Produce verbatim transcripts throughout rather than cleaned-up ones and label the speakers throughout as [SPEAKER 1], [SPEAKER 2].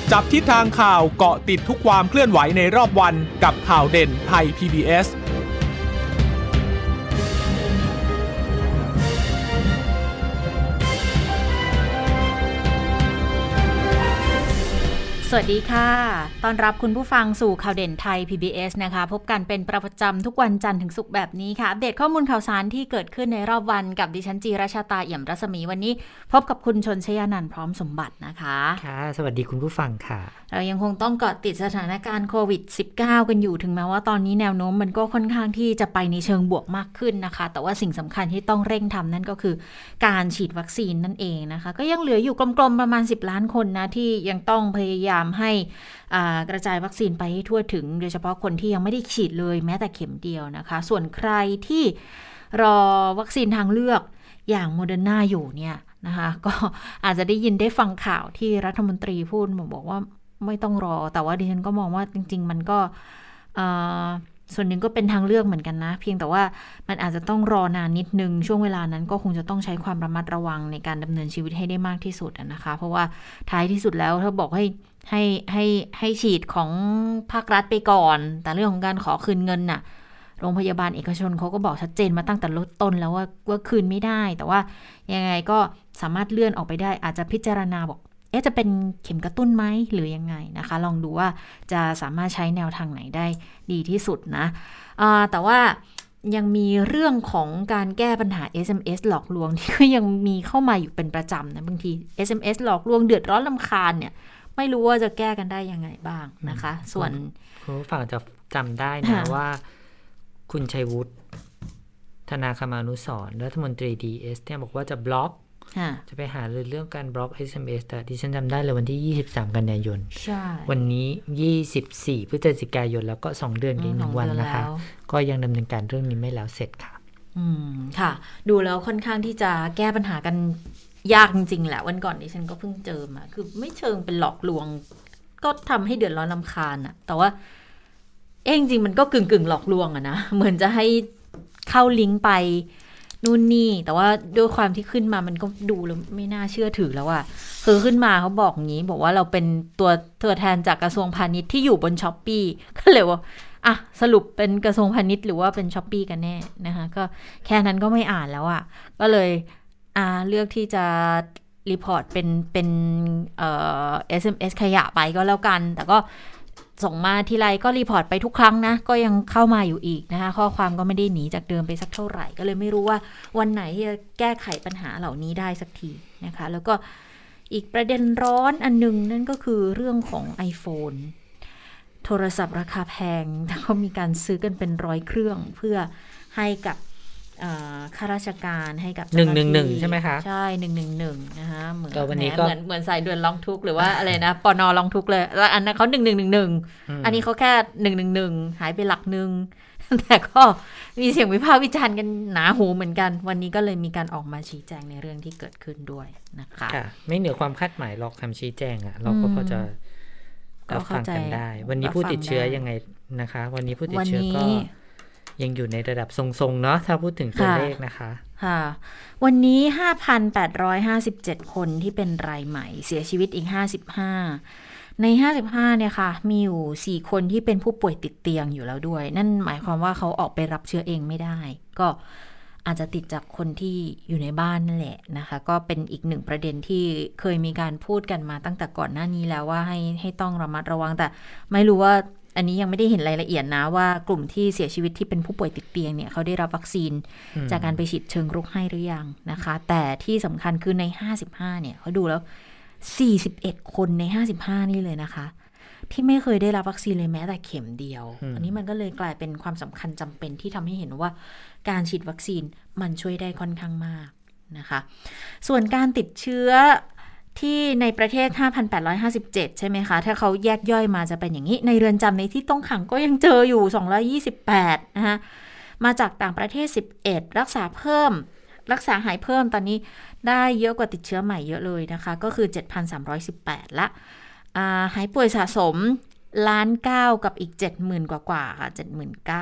[SPEAKER 1] จับทิศทางข่าวเกาะติดทุกความเคลื่อนไหวในรอบวันกับข่าวเด่นไทย พี บี เอส
[SPEAKER 2] สวัสดีค่ะต้อนรับคุณผู้ฟังสู่ข่าวเด่นไทย พี บี เอส นะคะพบกันเป็นประจำทุกวันจันทร์ถึงศุกร์แบบนี้ค่ะอัปเดตข้อมูลข่าวสารที่เกิดขึ้นในรอบวันกับดิฉันจีราชาตาเอี่ยมรัศมีวันนี้พบกับคุณชนชยานันท์พร้อมสมบัตินะคะ
[SPEAKER 3] ค่ะสวัสดีคุณผู้ฟังค่ะ
[SPEAKER 2] เรายังคงต้องเกาะติดสถานการณ์โควิด สิบเก้า กันอยู่ถึงแม้ว่าตอนนี้แนวโน้มมันก็ค่อนข้างที่จะไปในเชิงบวกมากขึ้นนะคะแต่ว่าสิ่งสำคัญที่ต้องเร่งทำนั่นก็คือการฉีดวัคซีนนั่นเองนะคะก็ยังเหลืออยู่กลมๆประมาณสิบล้านคนนะที่ยังต้องพยายามให้กระจายวัคซีนไปให้ทั่วถึงโดยเฉพาะคนที่ยังไม่ได้ฉีดเลยแม้แต่เข็มเดียวนะคะส่วนใครที่รอวัคซีนทางเลือกอย่างโมเดอร์นาอยู่เนี่ยนะคะก็อาจจะได้ยินได้ฟังข่าวที่รัฐมนตรีพูดบอกว่าไม่ต้องรอแต่ว่าดิฉันก็มองว่าจริงๆมันก็ส่วนหนึ่งก็เป็นทางเลือกเหมือนกันนะเพียงแต่ว่ามันอาจจะต้องรอนานนิดนึงช่วงเวลานั้นก็คงจะต้องใช้ความระมัดระวังในการดำเนินชีวิตให้ได้มากที่สุดนะคะเพราะว่าท้ายที่สุดแล้วถ้าบอกให้ให้ให้ให้ฉีดของภาครัฐไปก่อนแต่เรื่องของการขอคืนเงินน่ะโรงพยาบาลเอกชนเขาก็บอกชัดเจนมาตั้งแต่ลดต้นแล้วว่าว่าคืนไม่ได้แต่ว่ายังไงก็สามารถเลื่อนออกไปได้อาจจะพิจารณาบอกเอ๊ะจะเป็นเข็มกระตุ้นไหมหรือยังไงนะคะลองดูว่าจะสามารถใช้แนวทางไหนได้ดีที่สุดนะแต่ว่ายังมีเรื่องของการแก้ปัญหา เอส เอ็ม เอส หลอกลวงที่ก็ยังมีเข้ามาอยู่เป็นประจำนะบางที เอส เอ็ม เอส หลอกลวงเดือดร้อนรำคาญเนี่ยไม่รู้ว่าจะแก้กันได้ยังไงบ้างนะคะส่วน
[SPEAKER 3] คุณผู้ฟังจะจำได้นะว่าคุณชัยวุฒิธนาคมานุสรณ์รัฐมนตรี ดี เอส เนี่ยบอกว่าจะบล็อกจะไปหาเรื่องการบล็อก เอส เอ็ม เอส แต่ที่ฉันจำได้เลยวันที่ยี่สิบสามกันยายนวันนี้ยี่สิบสี่พฤศจิกายนแล้วก็สองเดือนอีกหนึ่งวันนะคะก็ยังดำเนินการเรื่องนี้ไม่แล้วเสร็จค่ะ
[SPEAKER 2] อืมค่ะดูแล้วค่อนข้างที่จะแก้ปัญหากันยากจริงๆแหละวันก่อนดิฉันก็เพิ่งเจอมาคือไม่เชิงเป็นหลอกลวงก็ทำให้เดือดร้อนรำคาญอะแต่ว่าเอ๊ะจริงๆมันก็กึ่งๆหลอกลวงอะนะเหมือนจะให้เข้าลิงก์ไปนู่นนี่แต่ว่าด้วยความที่ขึ้นมามันก็ดูแล้วไม่น่าเชื่อถือแล้วอะคือขึ้นมาเขาบอกงี้บอกว่าเราเป็นตัวตัวแทนจากกระทรวงพาณิชย์ที่อยู่บน Shopee ก็เลยว่าอ่ะสรุปเป็นกระทรวงพาณิชย์หรือว่าเป็น Shopee กันแน่นะคะก็แค่นั้นก็ไม่อ่านแล้วอะก็เลยอ่าเลือกที่จะรีพอร์ตเป็นเป็นเอ่อ เอส เอ็ม เอส ขยะไปก็แล้วกันแต่ก็ส่งมาทีไรก็รีพอร์ตไปทุกครั้งนะก็ยังเข้ามาอยู่อีกนะคะข้อความก็ไม่ได้หนีจากเดิมไปสักเท่าไหร่ก็เลยไม่รู้ว่าวันไหนที่จะแก้ไขปัญหาเหล่านี้ได้สักทีนะคะแล้วก็อีกประเด็นร้อนอันนึงนั่นก็คือเรื่องของ iPhone โทรศัพท์ราคาแพงแต่ก็มีการซื้อกันเป็นร้อยเครื่องเพื่อให้กับข้าราชการให้กับ
[SPEAKER 3] หนึ่งหนึ่งหนึ่งใช่ไหมคะ
[SPEAKER 2] ใช่หนึ่งหนึ่งหนึ่งนะคะเหมือนเหมือนเหมือนสายด่วนร้องทุกข์หรือว่าอะไรนะปนร้องทุกข์เลยแล้วอันนั้นเขาหนึ่งหนึ่งหนึ่งหนึ่งอันนี้เขาแค่หนึ่งหนึ่งหนึ่งหายไปหลักหนึ่งแต่ก็มีเสียงวิพากษ์วิจารณ์กันหนาหูเหมือนกันวันนี้ก็เลยมีการออกมาชี้แจงในเรื่องที่เกิดขึ้นด้วยนะคะ
[SPEAKER 3] ไม่เหนือความคาดหมายหรอกคำชี้แจงอ่ะเราก็พอจะรับฟังกันได้วันนี้ผู้ติดเชื้อยังไงนะคะวันนี้ผู้ติดเชื้อก็ยังอยู่ในระดับทรงๆเนาะถ้าพูดถึงตัวเลขนะคะ
[SPEAKER 2] ค่ะวันนี้ ห้าพันแปดร้อยห้าสิบเจ็ด คนที่เป็นรายใหม่เสียชีวิตอีกห้าสิบห้าในห้าสิบห้าเนี่ยค่ะมีอยู่สี่คนที่เป็นผู้ป่วยติดเตียงอยู่แล้วด้วยนั่นหมายความว่าเขาออกไปรับเชื้อเองไม่ได้ก็อาจจะติดจากคนที่อยู่ในบ้านนั่นแหละนะคะก็เป็นอีกหนึ่งประเด็นที่เคยมีการพูดกันมาตั้งแต่ก่อนหน้านี้แล้วว่าให้ให้ต้องระมัดระวังแต่ไม่รู้ว่าอันนี้ยังไม่ได้เห็นรายละเอียดนะว่ากลุ่มที่เสียชีวิตที่เป็นผู้ป่วยติดเตียงเนี่ยเขาได้รับวัคซีนจากการไปฉีดเชิงรุกให้หรือยังนะคะแต่ที่สำคัญคือในห้าสิบห้าเนี่ยเขาดูแล้วสี่สิบเอ็ดคนในห้าสิบห้านี่เลยนะคะที่ไม่เคยได้รับวัคซีนเลยแม้แต่เข็มเดียว อ, อันนี้มันก็เลยกลายเป็นความสำคัญจำเป็นที่ทำให้เห็นว่าการฉีดวัคซีนมันช่วยได้ค่อนข้างมากนะคะส่วนการติดเชื้อที่ในประเทศ ห้าพันแปดร้อยห้าสิบเจ็ด ใช่ไหมคะถ้าเขาแยกย่อยมาจะเป็นอย่างนี้ในเรือนจำในที่ต้องขังก็ยังเจออยู่สองร้อยยี่สิบแปดนะคะมาจากต่างประเทศสิบเอ็ดรักษาเพิ่มรักษาหายเพิ่มตอนนี้ได้เยอะกว่าติดเชื้อใหม่เยอะเลยนะคะก็คือ เจ็ดพันสามร้อยสิบแปด ละหายป่วยสะสมล้านเก้ากับอีก เจ็ดหมื่น กว่าๆค่ะ เจ็ดหมื่นเก้าพัน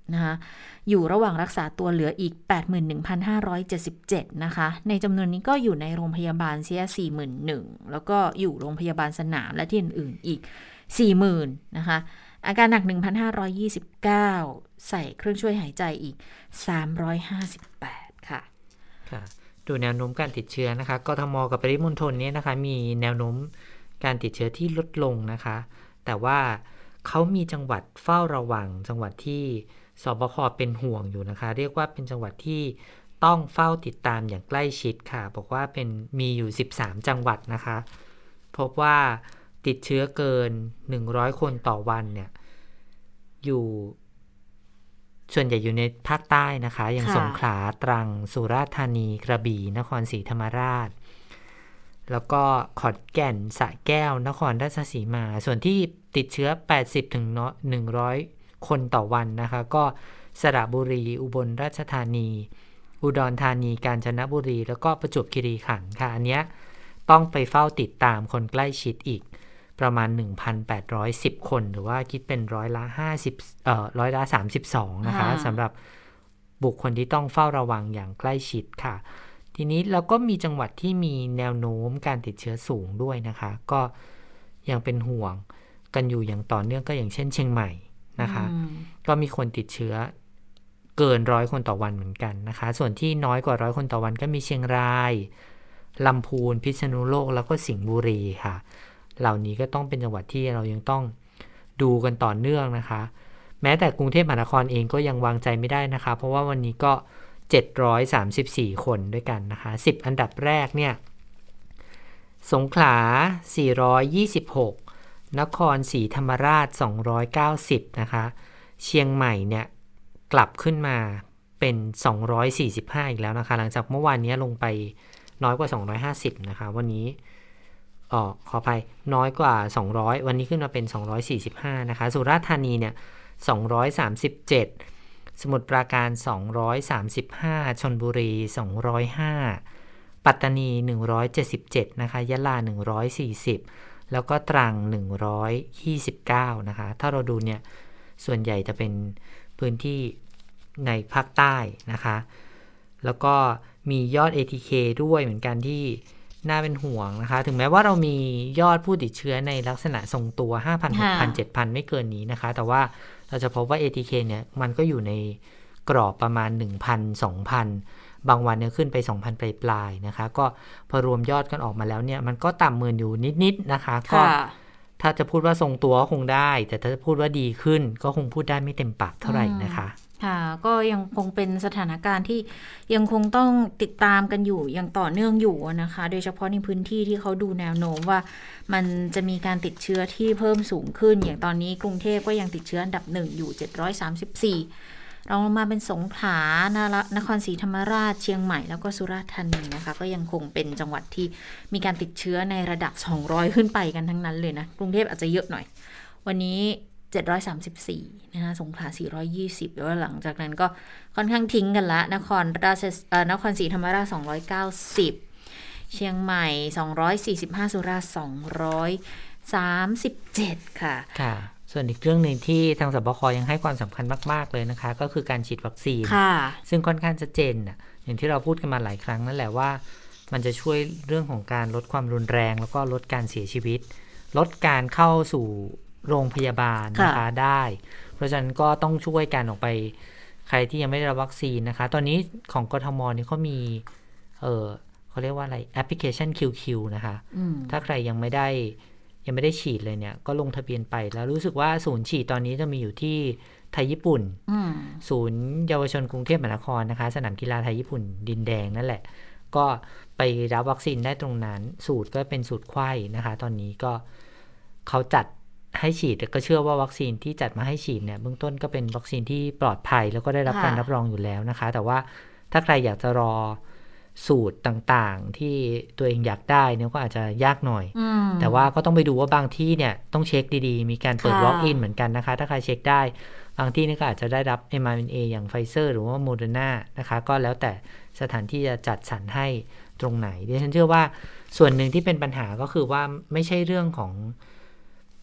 [SPEAKER 2] นะคะอยู่ระหว่างรักษาตัวเหลืออีก แปดหมื่นหนึ่งพันห้าร้อยเจ็ดสิบเจ็ด นะคะในจำนวนนี้ก็อยู่ในโรงพยาบาลเสีย สี่หมื่นหนึ่งพัน แล้วก็อยู่โรงพยาบาลสนามและที่อื่นๆอีก สี่หมื่น นะคะอาการหนัก หนึ่งพันห้าร้อยยี่สิบเก้า ใส่เครื่องช่วยหายใจอีก สามร้อยห้าสิบแปด ค่ะ
[SPEAKER 3] ค่ะดูแนวโน้มการติดเชื้อนะคะกทมกับปริมณฑลเนี่ยนะคะมีแนวโน้มการติดเชื้อที่ลดลงนะคะแต่ว่าเขามีจังหวัดเฝ้าระวังจังหวัดที่สบคเป็นห่วงอยู่นะคะเรียกว่าเป็นจังหวัดที่ต้องเฝ้าติดตามอย่างใกล้ชิดค่ะบอกว่าเป็นมีอยู่สิบสามจังหวัดนะคะพบว่าติดเชื้อเกินหนึ่งร้อยคนต่อวันเนี่ยอยู่ส่วนใหญ่อยู่ในภาคใต้นะคะอย่างสงขลาตรังสุราษฎร์ธานีกระบี่นครศรีธรรมราชแล้วก็ขอนแก่นสระแก้วนครราชสีมาส่วนที่ติดเชื้อ แปดสิบถึงหนึ่งร้อย คนต่อวันนะคะก็สระบุรีอุบลราชธานีอุดรธานีกาญจนบุรีแล้วก็ประจวบคีรีขันธ์ค่ะอันเนี้ยต้องไปเฝ้าติดตามคนใกล้ชิดอีกประมาณ หนึ่งพันแปดร้อยสิบ คนหรือว่าคิดเป็นร้อยละห้าสิบเอ่อร้อยละสามสิบสองนะคะสำหรับบุคคลที่ต้องเฝ้าระวังอย่างใกล้ชิดค่ะทีนี้เราก็มีจังหวัดที่มีแนวโน้มการติดเชื้อสูงด้วยนะคะก็ยังเป็นห่วงกันอยู่อย่างต่อเนื่องก็อย่างเช่นเชียงใหม่นะคะก็มีคนติดเชื้อเกินร้อยคนต่อวันเหมือนกันนะคะส่วนที่น้อยกว่าร้อยคนต่อวันก็มีเชียงรายลำพูนพิษณุโลกแล้วก็สิงห์บุรีค่ะเหล่านี้ก็ต้องเป็นจังหวัดที่เรายังต้องดูกันต่อเนื่องนะคะแม้แต่กรุงเทพมหานครเองก็ยังวางใจไม่ได้นะคะเพราะว่าวันนี้ก็เจ็ดร้อยสามสิบสี่คนด้วยกันนะคะสิบอันดับแรกเนี่ยสงขลาสี่ร้อยยี่สิบหกนครศรีธรรมราชสองร้อยเก้าสิบนะคะเชียงใหม่เนี่ยกลับขึ้นมาเป็นสองร้อยสี่สิบห้าอีกแล้วนะคะหลังจากเมื่อวานนี้ลงไปน้อยกว่าสองร้อยห้าสิบนะคะวันนี้อ๋อขออภัยน้อยกว่าสองร้อยวันนี้ขึ้นมาเป็นสองร้อยสี่สิบห้านะคะสุราษฎร์ธานีเนี่ยสองร้อยสามสิบเจ็ดสมุทรปราการสองร้อยสามสิบห้าชลบุรีสองร้อยห้าปัตตานีหนึ่งร้อยเจ็ดสิบเจ็ดนะคะยะลาหนึ่งร้อยสี่สิบแล้วก็ตรังหนึ่งร้อยยี่สิบเก้านะคะถ้าเราดูเนี่ยส่วนใหญ่จะเป็นพื้นที่ในภาคใต้นะคะแล้วก็มียอด เอ ที เค ด้วยเหมือนกันที่น่าเป็นห่วงนะคะถึงแม้ว่าเรามียอดผู้ติดเชื้อในลักษณะทรงตัว ห้าพัน หกพัน เจ็ดพัน ไม่เกินนี้นะคะแต่ว่าเราจะพบว่า เอ ที เค เนี่ยมันก็อยู่ในกรอบประมาณ หนึ่งพัน สองพัน บางวันเนี่ยขึ้นไป สองพัน ปลายๆนะคะก็พอรวมยอดกันออกมาแล้วเนี่ยมันก็ต่ำหมื่นอยู่นิดๆนะคะก็ถ้าจะพูดว่าทรงตัวก็คงได้แต่ถ้าจะพูดว่าดีขึ้นก็คงพูดได้ไม่เต็มปากเท่าไหร่นะคะ
[SPEAKER 2] ค่ะก็ยังคงเป็นสถานการณ์ที่ยังคงต้องติดตามกันอยู่อย่างต่อเนื่องอยู่นะคะโดยเฉพาะในพื้นที่ที่เขาดูแนวโน้มว่ามันจะมีการติดเชื้อที่เพิ่มสูงขึ้นอย่างตอนนี้กรุงเทพก็ยังติดเชื้ออันดับหนึ่งอยู่เจ็ดร้อยสามสิบสี่รองลงมาเป็นสงขลานครศรีธรรมราชเชียงใหม่แล้วก็สุราษฎร์ธานีนะคะก็ยังคงเป็นจังหวัดที่มีการติดเชื้อในระดับสองร้อยขึ้นไปกันทั้งนั้นเลยนะกรุงเทพอาจจะเยอะหน่อยวันนี้เจ็ดร้อยสามสิบสี่นะคะสงขลาสี่ร้อยยี่สิบแล้วหลังจากนั้นก็ค่อนข้างทิ้งกันละนครราชเอ่อนครศรีธรรมราชสองร้อยเก้าสิบเชียงใหม่สองร้อยสี่สิบห้าสุราษฎร์สองร้อยสามสิบเจ็ดค่ะ
[SPEAKER 3] ค่ะส่วนอีกเรื่องนึงที่ทางสบคยังให้ความสำคัญมากๆเลยนะคะก็คือการฉีดวัคซีนซึ่งค่อนข้างชัดเจนน่ะอย่างที่เราพูดกันมาหลายครั้งนั่นแหละว่ามันจะช่วยเรื่องของการลดความรุนแรงแล้วก็ลดการเสียชีวิตลดการเข้าสู่โรงพยาบาลนะคะได้เพราะฉะนั้นก็ต้องช่วยกันออกไปใครที่ยังไม่ได้รับวัคซีนนะคะตอนนี้ของกทมนี่เขามีเออเขาเรียกว่าอะไรแอปพลิเคชัน คิว คิว นะคะถ้าใครยังไม่ได้ยังไม่ได้ฉีดเลยเนี่ยก็ลงทะเบียนไปแล้วรู้สึกว่าศูนย์ฉีดตอนนี้จะมีอยู่ที่ไทยญี่ปุ่นศูนย์เยาวชนกรุงเทพมหานครนะคะสนามกีฬาไทยญี่ปุ่นดินแดงนั่นแหละก็ไปรับวัคซีนได้ตรงนั้นสูตรก็เป็นสูตรไข้นะคะตอนนี้ก็เขาจัดให้ฉีดก็เชื่อว่าวัคซีนที่จัดมาให้ฉีดเนี่ยเบื้องต้นก็เป็นวัคซีนที่ปลอดภัยแล้วก็ได้รับการรับรองอยู่แล้วนะคะแต่ว่าถ้าใครอยากจะรอสูตรต่างๆที่ตัวเองอยากได้เนี่ยก็อาจจะยากหน่อยแต่ว่าก็ต้องไปดูว่าบางที่เนี่ยต้องเช็คดีๆมีการเปิด walk in เหมือนกันนะคะถ้าใครเช็คได้บางที่นี่ก็อาจจะได้รับ เอ็ม อาร์ เอ็น เอ อย่าง Pfizer หรือว่า Moderna นะคะก็แล้วแต่สถานที่จะจัดสรรให้ตรงไหนดิฉันเชื่อว่าส่วนหนึ่งที่เป็นปัญหาก็คือว่าไม่ใช่เรื่องของ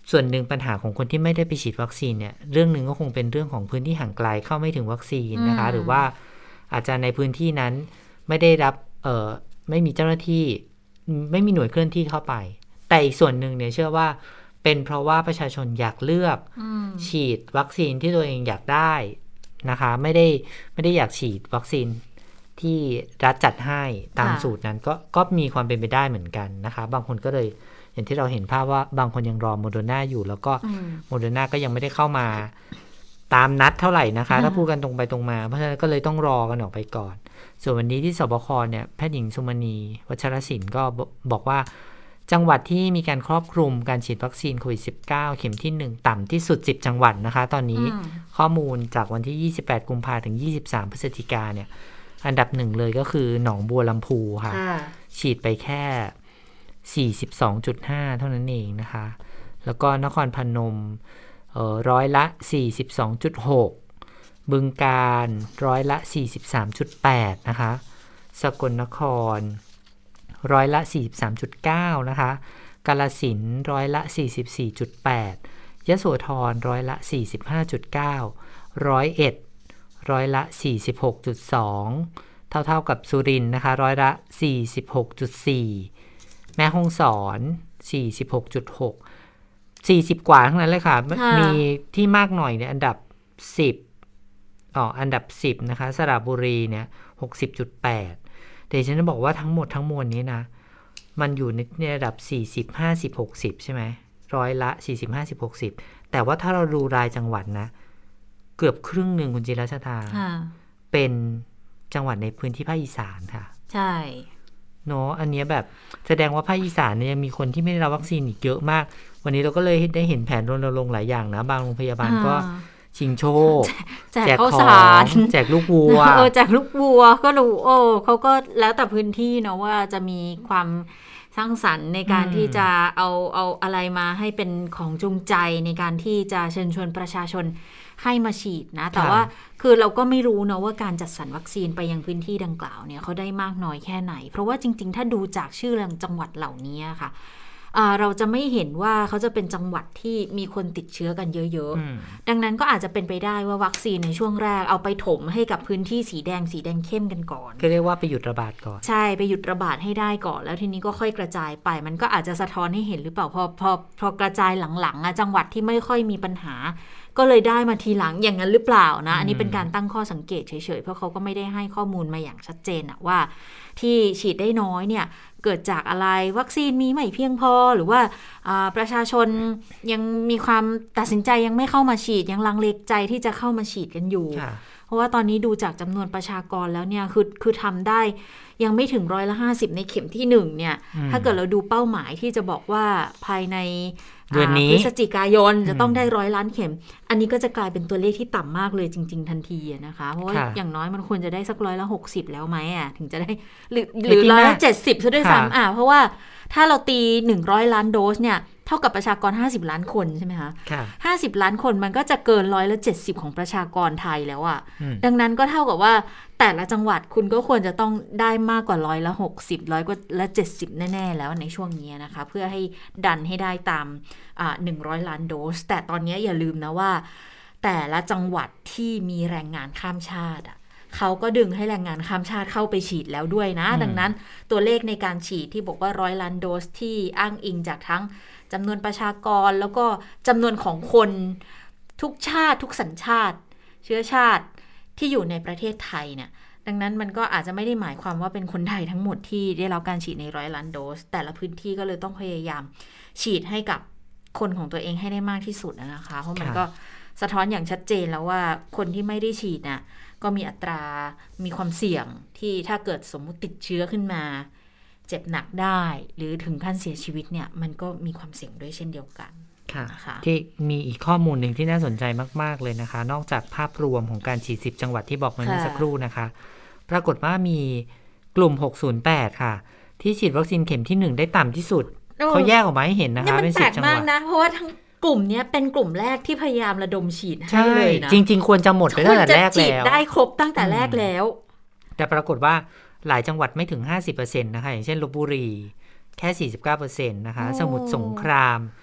[SPEAKER 3] ส่วนหนึ่งปัญหาของคนที่ไม่ได้ไปฉีดวัคซีนเนี่ยเรื่องนึงก็คงเป็นเรื่องของพื้นที่ห่างไกลเข้าไม่ถึงวัคซีนนะคะหรือว่าอาจจะในพื้นที่นั้นไม่ได้รับเอ่อไม่มีเจ้าหน้าที่ไม่มีหน่วยเคลื่อนที่เข้าไปแต่อีกส่วนหนึ่งเนี่ยเชื่อว่าเป็นเพราะว่าประชาชนอยากเลือกฉีดวัคซีนที่ตัวเองอยากได้นะคะไม่ได้ไม่ได้อยากฉีดวัคซีนที่รัฐจัดให้ตามสูตรนั้นก็ก็มีความเป็นไปได้เหมือนกันนะคะบางคนก็เลยอย่างที่เราเห็นภาพว่าบางคนยังรอโมเดอร์นาอยู่แล้วก็โมเดอร์นาก็ยังไม่ได้เข้ามาตามนัดเท่าไหร่นะคะถ้าพูดกันตรงไปตรงมาเพราะฉะนั้นก็เลยต้องรอกันออกไปก่อนส่วนวันนี้ที่สบคเนี่ยแพทย์หญิงสุมณีวัชรศิลป์ก็บอกว่าจังหวัดที่มีการครอบคลุมการฉีดวัคซีนโควิด สิบเก้า เข็มที่หนึ่งต่ำที่สุดสิบจังหวัดนะคะตอนนี้ข้อมูลจากวันที่ยี่สิบแปดกุมภาพันธ์ถึงยี่สิบสามพฤศจิกายนเนี่ยอันดับหนึ่งเลยก็คือหนองบัวลำพูค่ะฉีดไปแค่ สี่สิบสองจุดห้า เท่านั้นเองนะคะแล้วก็นครพนมเอ่อร้อยละ สี่สิบสองจุดหก บึงกาฬร้อยละ สี่สิบสามจุดแปด นะคะสกลนครร้อยละ สี่สิบสามจุดเก้า นะคะกาฬสินธุ์ร้อยละ สี่สิบสี่จุดแปด ยโสธรร้อยละ สี่สิบห้าจุดเก้า ร้อยเอ็ดร้อยละ สี่สิบหกจุดสอง เท่าๆกับสุรินทร์นะคะร้อยละ สี่สิบหกจุดสี่ แม่ฮ่องสอน สี่สิบหกจุดหก สี่สิบกว่าทั้งนั้นเลยค่ะมีที่มากหน่อยเนี่ยอันดับสิบอ๋ออันดับสิบนะคะสระบุรีเนี่ย หกสิบจุดแปด แต่ฉันจะบอกว่าทั้งหมดทั้งมวลนี้นะมันอยู่ในในระดับสี่สิบ ห้าสิบ หกสิบใช่ไหมร้อยละสี่สิบ ห้าสิบ หกสิบแต่ว่าถ้าเราดูรายจังหวัดนะเกือบครึ่งหนึ่งคุณจิรัชตาเป็นจังหวัดในพื้นที่ภาคอีสานค่ะ
[SPEAKER 2] ใช่
[SPEAKER 3] เนาะอันนี้แบบแสดงว่าภาคอีสานเนี่ยยังมีคนที่ไม่ได้รับวัคซีนอีกเยอะมากวันนี้เราก็เลยได้เห็นแผนรณรงค์หลายอย่างนะบางโรงพยาบาลก็ชิงโชค
[SPEAKER 2] แจกข้าวสาร
[SPEAKER 3] แจกลูกวัว
[SPEAKER 2] เออแจกลูกวัวก็รู้โอ้เขาก็แล้วแต่พื้นที่เนาะว่าจะมีความสร้างสรรค์ในการที่จะเอาเอาอะไรมาให้เป็นของจูงใจในการที่จะเชิญชวนประชาชนให้มาฉีดนะแต่ว่าคือเราก็ไม่รู้เนาะว่าการจัดสรรวัคซีนไปยังพื้นที่ดังกล่าวเนี่ยเขาได้มากน้อยแค่ไหนเพราะว่าจริงๆถ้าดูจากชื่อจังหวัดเหล่านี้ค่ะเราจะไม่เห็นว่าเขาจะเป็นจังหวัดที่มีคนติดเชื้อกันเยอะๆดังนั้นก็อาจจะเป็นไปได้ว่าวัคซีนในช่วงแรกเอาไปถมให้กับพื้นที่สีแดงสีแดงเข้มกันก่อน
[SPEAKER 3] ก็เรียกว่าไปหยุดระบาดก่อน
[SPEAKER 2] ใช่ไปหยุดระบาดให้ได้ก่อนแล้วทีนี้ก็ค่อยกระจายไปมันก็อาจจะสะท้อนให้เห็นหรือเปล่าพอพอพอกระจายหลังๆจังหวัดที่ไม่ค่อยมีปัญหาก็เลยได้มาทีหลังอย่างนั้นหรือเปล่านะอันนี้เป็นการตั้งข้อสังเกตเฉยๆเพราะเขาก็ไม่ได้ให้ข้อมูลมาอย่างชัดเจนอะว่าที่ฉีดได้น้อยเนี่ยเกิดจากอะไรวัคซีนมีไม่เพียงพอหรือว่าประชาชนยังมีความตัดสินใจยังไม่เข้ามาฉีดยังลังเลใจที่จะเข้ามาฉีดกันอยู่เพราะว่าตอนนี้ดูจากจำนวนประชากรแล้วเนี่ยคือคือทำได้ยังไม่ถึงร้อยละห้าสิบในเข็มที่หนึ่งเนี่ยถ้าเกิดเราดูเป้าหมายที่จะบอกว่าภายใน
[SPEAKER 3] เดือนนี้
[SPEAKER 2] พฤศจิกายนจะต้องได้ร้อยล้านเข็มอันนี้ก็จะกลายเป็นตัวเลขที่ต่ำมากเลยจริงๆทันทีนะคะเพราะว่าอย่างน้อยมันควรจะได้สักร้อยละหกสิบแล้วไหมอ่ะถึงจะได้หรือหรือร้อยละเจ็ดสิบซะด้วยซ้ำอ่ะเพราะว่าถ้าเราตีหนึ่งร้อยล้านโดสเนี่ยเท่ากับประชากรห้าสิบล้านคนใช่ไหมคะห้าสิบล้านคนมันก็จะเกินร้อยละเจ็ดสิบของประชากรไทยแล้วอ่ะดังนั้นก็เท่ากับว่าแต่ละจังหวัดคุณก็ควรจะต้องได้มากกว่าร้อยละหกสิบร้อยกว่าละเจ็ดสิบแน่ๆแล้วในช่วงนี้นะคะเพื่อให้ดันให้ได้ตามอ่าหนึ่งร้อยล้านโดสแต่ตอนนี้อย่าลืมนะว่าแต่ละจังหวัดที่มีแรงงานข้ามชาติอ่ะเขาก็ดึงให้แรงงานข้ามชาติเข้าไปฉีดแล้วด้วยนะดังนั้นตัวเลขในการฉีดที่บอกว่าร้อยล้านโดสที่อ้างอิงจากทั้งจำนวนประชากรแล้วก็จำนวนของคนทุกชาติทุกสัญชาติเชื้อชาติที่อยู่ในประเทศไทยเนี่ยดังนั้นมันก็อาจจะไม่ได้หมายความว่าเป็นคนไทยทั้งหมดที่ได้รับการฉีดในร้อยล้านโดสแต่ละพื้นที่ก็เลยต้องพยายามฉีดให้กับคนของตัวเองให้ได้มากที่สุดนะคะเพราะมันก็สะท้อนอย่างชัดเจนแล้วว่าคนที่ไม่ได้ฉีดน่ะก็มีอัตรามีความเสี่ยงที่ถ้าเกิดสมมุติติดเชื้อขึ้นมาเจ็บหนักได้หรือถึงขั้นเสียชีวิตเนี่ยมันก็มีความเสี่ยงด้วยเช่นเดียวกัน
[SPEAKER 3] ค่ะที่มีอีกข้อมูลหนึ่งที่น่าสนใจมากๆเลยนะคะนอกจากภาพรวมของการฉีดสิบจังหวัดที่บอกมาเมื่อสักครู่นะคะปรากฏว่ามีกลุ่มหกศูนย์แปดค่ะที่ฉีดวัคซีนเข็มที่หนึ่งได้ต่ำที่สุดเขาแยกออกมาให้เห็นนะคะเป็นสิบจังหวัด
[SPEAKER 2] นะเพราะว่าทั้งกลุ่มนี้เป็นกลุ่มแรกที่พยายามระดมฉีดให้เลยนะ
[SPEAKER 3] จริงๆควรจะหมดไปตั้งแต่แรกแล้ว
[SPEAKER 2] ฉีดได้ครบตั้งแต่แรกแล้ว
[SPEAKER 3] แต่ปรากฏว่าหลายจังหวัดไม่ถึง ห้าสิบเปอร์เซ็นต์ นะคะอย่างเช่นลพบุรีแค่ สี่สิบเก้าเปอร์เซ็นต์ นะคะสมุทรสงคราม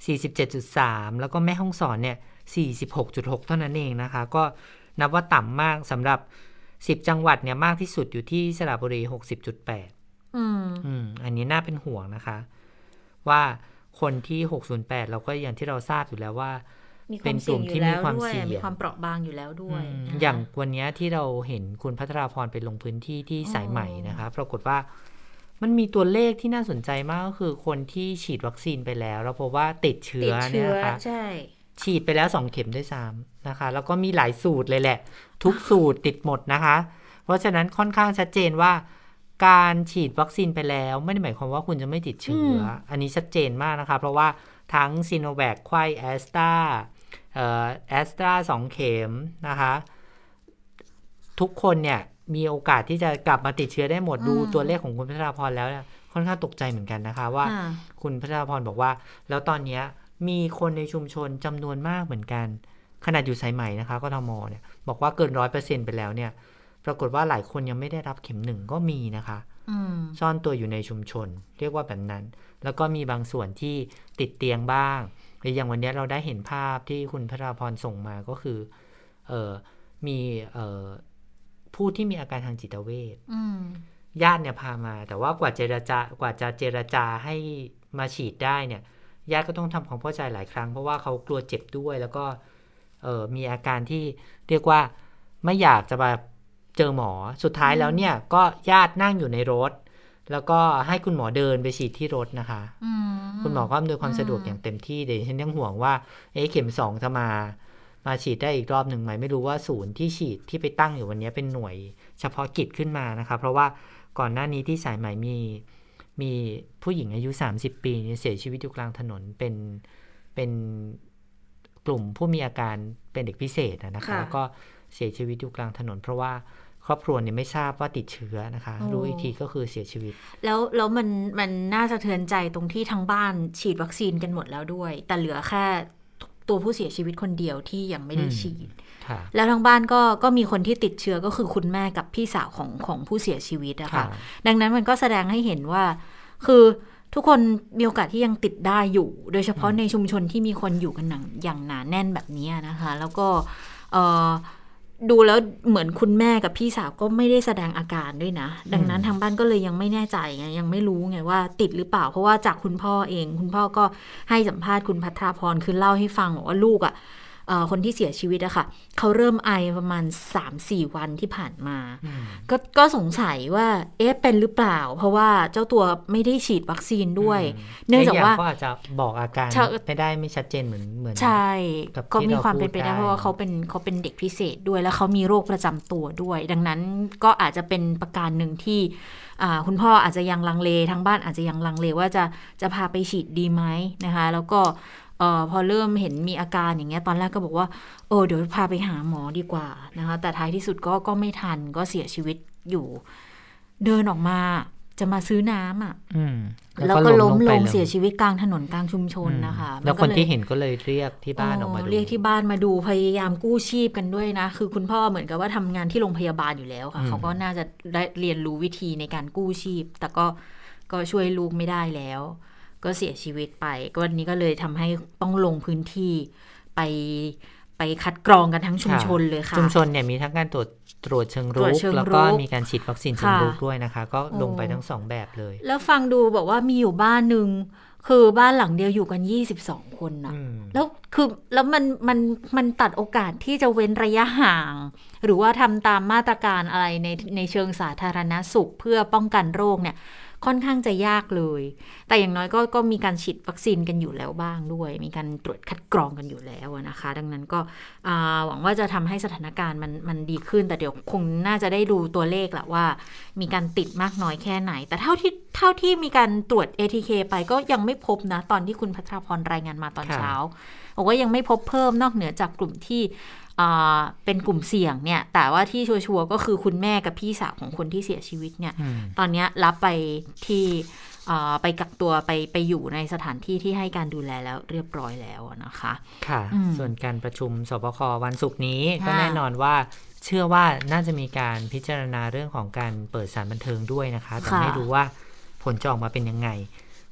[SPEAKER 3] สี่สิบเจ็ดจุดสาม แล้วก็แม่ฮ่องสอนเนี่ย สี่สิบหกจุดหก เท่านั้นเองนะคะก็นับว่าต่ำมากสำหรับสิบจังหวัดเนี่ยมากที่สุดอยู่ที่สระบุรี หกสิบจุดแปด
[SPEAKER 2] อืม
[SPEAKER 3] อืมอันนี้น่าเป็นห่วงนะคะว่าคนที่หกศูนย์แปดเราก็อย่างที่เราทราบอยู่แล้วว่าเป็นกลุ่มที่มีความเสี่ยง
[SPEAKER 2] มีความเปราะบางอยู่แล้วด้วย
[SPEAKER 3] อย่างวันนี้ที่เราเห็นคุณภัทราพรไปลงพื้นที่ที่สายใหม่นะคะปรากฏว่ามันมีตัวเลขที่น่าสนใจมากก็คือคนที่ฉีดวัคซีนไปแล้วเราพบว่าติดเชื้อเนี่ยนะคะ
[SPEAKER 2] ใช่
[SPEAKER 3] ฉีดไปแล้วสองเข็มด้วยซ้ำนะคะแล้วก็มีหลายสูตรเลยแหละทุกสูตรติดหมดนะคะเพราะฉะนั้นค่อนข้างชัดเจนว่าการฉีดวัคซีนไปแล้วไม่ได้หมายความว่าคุณจะไม่ติดเชื้ออันนี้ชัดเจนมากนะคะเพราะว่าทั้งซีโนแวคไข้แอสตราเอ่อแอสตราสองเข็มนะคะทุกคนเนี่ยมีโอกาสที่จะกลับมาติดเชื้อได้หมดดูตัวเลขของคุณพัทราพรแล้วค่อนข้างตกใจเหมือนกันนะคะว่าคุณพัทราพรบอกว่าแล้วตอนนี้มีคนในชุมชนจำนวนมากเหมือนกันขนาดอยู่สายใหม่นะคะกทมเนี่ยบอกว่าเกิน ร้อยเปอร์เซ็นต์ ไปแล้วเนี่ยปรากฏว่าหลายคนยังไม่ได้รับเข็มหนึ่งก็มีนะคะซ่อนตัวอยู่ในชุมชนเรียกว่าแบบนั้นแล้วก็มีบางส่วนที่ติดเตียงบ้างหรืออย่างวันนี้เราได้เห็นภาพที่คุณพัทราพรส่งมาก็คือเอ่อมีเอ่อผู้ที่มีอาการทางจิตเวชญาติเนี่ยพามาแต่ว่ากว่าเจรจากว่าจะเจรจาให้มาฉีดได้เนี่ยญาติก็ต้องทำความเข้าใจหลายครั้งเพราะว่าเขากลัวเจ็บด้วยแล้วก็เอ่อมีอาการที่เรียกว่าไม่อยากจะมาเจอหมอสุดท้ายแล้วเนี่ยก็ญาตินั่งอยู่ในรถแล้วก็ให้คุณหมอเดินไปฉีดที่รถนะคะคุณหมอก็อำนวยความสะดวกอย่างเต็มที่เดี๋ยวฉันยังห่วงว่าเอ๊ะเข็มสองจะมามาฉีดได้อีกรอบหนึ่งไหมไม่รู้ว่าศูนย์ที่ฉีดที่ไปตั้งอยู่วันนี้เป็นหน่วยเฉพาะกิจขึ้นมานะคะเพราะว่าก่อนหน้านี้ที่สายใหม่มีมีผู้หญิงอายุสามสิบปีเสียชีวิตอยู่กลางถนนเป็นเป็นกลุ่มผู้มีอาการเป็นเด็กพิเศษนะคะแล้วก็เสียชีวิตอยู่กลางถนนเพราะว่าครอบครัวเนี่ยไม่ทราบว่าติดเชื้อนะคะรู้อีกทีก็คือเสียชีวิต
[SPEAKER 2] แล้วแล้วมันมันน่าสะเทือนใจตรงที่ทั้งบ้านฉีดวัคซีนกันหมดแล้วด้วยแต่เหลือแค่ตัวผู้เสียชีวิตคนเดียวที่ยังไม่ได้ฉีดแล้วทั้งบ้านก็ก็มีคนที่ติดเชื้อก็คือคุณแม่กับพี่สาวของของผู้เสียชีวิตอะค่ะดังนั้นมันก็แสดงให้เห็นว่าคือทุกคนมีโอกาสที่ยังติดได้อยู่โดยเฉพาะในชุมชนที่มีคนอยู่กันอย่างหนาแน่นแบบนี้นะคะแล้วก็เอ่อดูแล้วเหมือนคุณแม่กับพี่สาวก็ไม่ได้แสดงอาการด้วยนะดังนั้นทางบ้านก็เลยยังไม่แน่ใจไงยังไม่รู้ไงว่าติดหรือเปล่าเพราะว่าจากคุณพ่อเองคุณพ่อก็ให้สัมภาษณ์คุณภัทราพรคือเล่าให้ฟังบอกว่าลูกอ่ะคนที่เสียชีวิตอะค่ะเขาเริ่มไอประมาณ สามถึงสี่ วันที่ผ่านมาก็ก็สงสัยว่าเอ๊ะเป็นหรือเปล่าเพราะว่าเจ้าตัวไม่ได้ฉีดวัคซีนด้วยเนื่องจากว่า
[SPEAKER 3] ก็อาจจะบอกอาการไม่ได้ไม่ชัดเจนเหมือนเหมือน
[SPEAKER 2] ใช่ก็มีความเป็นไปได้เพราะว่าเขาเป็นเขาเป็นเด็กพิเศษด้วยแล้วเขามีโรคประจำตัวด้วยดังนั้นก็อาจจะเป็นประการหนึ่งที่คุณพ่ออาจจะยังลังเลทางบ้านอาจจะยังลังเลว่าจะจะพาไปฉีดดีไหมนะคะแล้วก็ออพอเริ่มเห็นมีอาการอย่างเงี้ยตอนแรกก็บอกว่าโอ้เดี๋ยวพาไปหาหมอดีกว่านะคะแต่ท้ายที่สุดก็ก็ไม่ทันก็เสียชีวิตอยู่เดินออกมาจะมาซื้อน้ำอ่ะแล้วก็ล้มลงเสียชีวิตกลางถนนกลางชุมชนนะคะ
[SPEAKER 3] แล้วคนที่เห็นก็เลยเรียกที่บ้านออกมาดู
[SPEAKER 2] เรียกที่บ้านมาดูพยายามกู้ชีพกันด้วยนะคือคุณพ่อเหมือนกับว่าทำงานที่โรงพยาบาลอยู่แล้วค่ะเขาก็น่าจะได้เรียนรู้วิธีในการกู้ชีพแต่ก็ก็ช่วยลูกไม่ได้แล้วก็เสียชีวิตไปก็วันนี้ก็เลยทำให้ต้องลงพื้นที่ไปไปคัดกรองกันทั้งชุมชนเลยค่ะ
[SPEAKER 3] ชุมชนเนี่ยมีทั้งการตรวจตรวจเชิงรุกแล้วก็มีการฉีดวัคซีนเชิงรุกด้วยนะคะก็ลงไปทั้งสองแบบเลย
[SPEAKER 2] แล้วฟังดูบอกว่ามีอยู่บ้านนึงคือบ้านหลังเดียวอยู่กันยี่สิบสองคนนะแล้วคือแล้วมันมันมันตัดโอกาสที่จะเว้นระยะห่างหรือว่าทำตามมาตรการอะไรในในเชิงสาธารณสุขเพื่อป้องกันโรคเนี่ยค่อนข้างจะยากเลยแต่อย่างน้อยก็ก็มีการฉีดวัคซีนกันอยู่แล้วบ้างด้วยมีการตรวจคัดกรองกันอยู่แล้วนะคะดังนั้นก็หวังว่าจะทำให้สถานการณ์มันมันดีขึ้นแต่เดี๋ยวคงน่าจะได้ดูตัวเลขแหละว่ามีการติดมากน้อยแค่ไหนแต่เท่าที่เท่าที่มีการตรวจ เอ ที เค ไปก็ยังไม่พบนะตอนที่คุณภัทราพรรายงานมาตอนเช้าบอกว่ายังไม่พบเพิ่มนอกเหนือจากกลุ่มที่เป็นกลุ่มเสี่ยงเนี่ยแต่ว่าที่ชัวร์ๆก็คือคุณแม่กับพี่สาวของคนที่เสียชีวิตเนี่ยตอนนี้รับไปที่ไปกักตัวไปไปอยู่ในสถานที่ที่ให้การดูแลแล้วเรียบร้อยแล้วนะคะ
[SPEAKER 3] ค่ะส่วนการประชุมสบควันศุกร์นี้ก็แน่นอนว่าเชื่อว่าน่าจะมีการพิจารณาเรื่องของการเปิดสถานบันเทิงด้วยนะคะแต่ไม่รู้ว่าผลจะออกมาเป็นยังไงค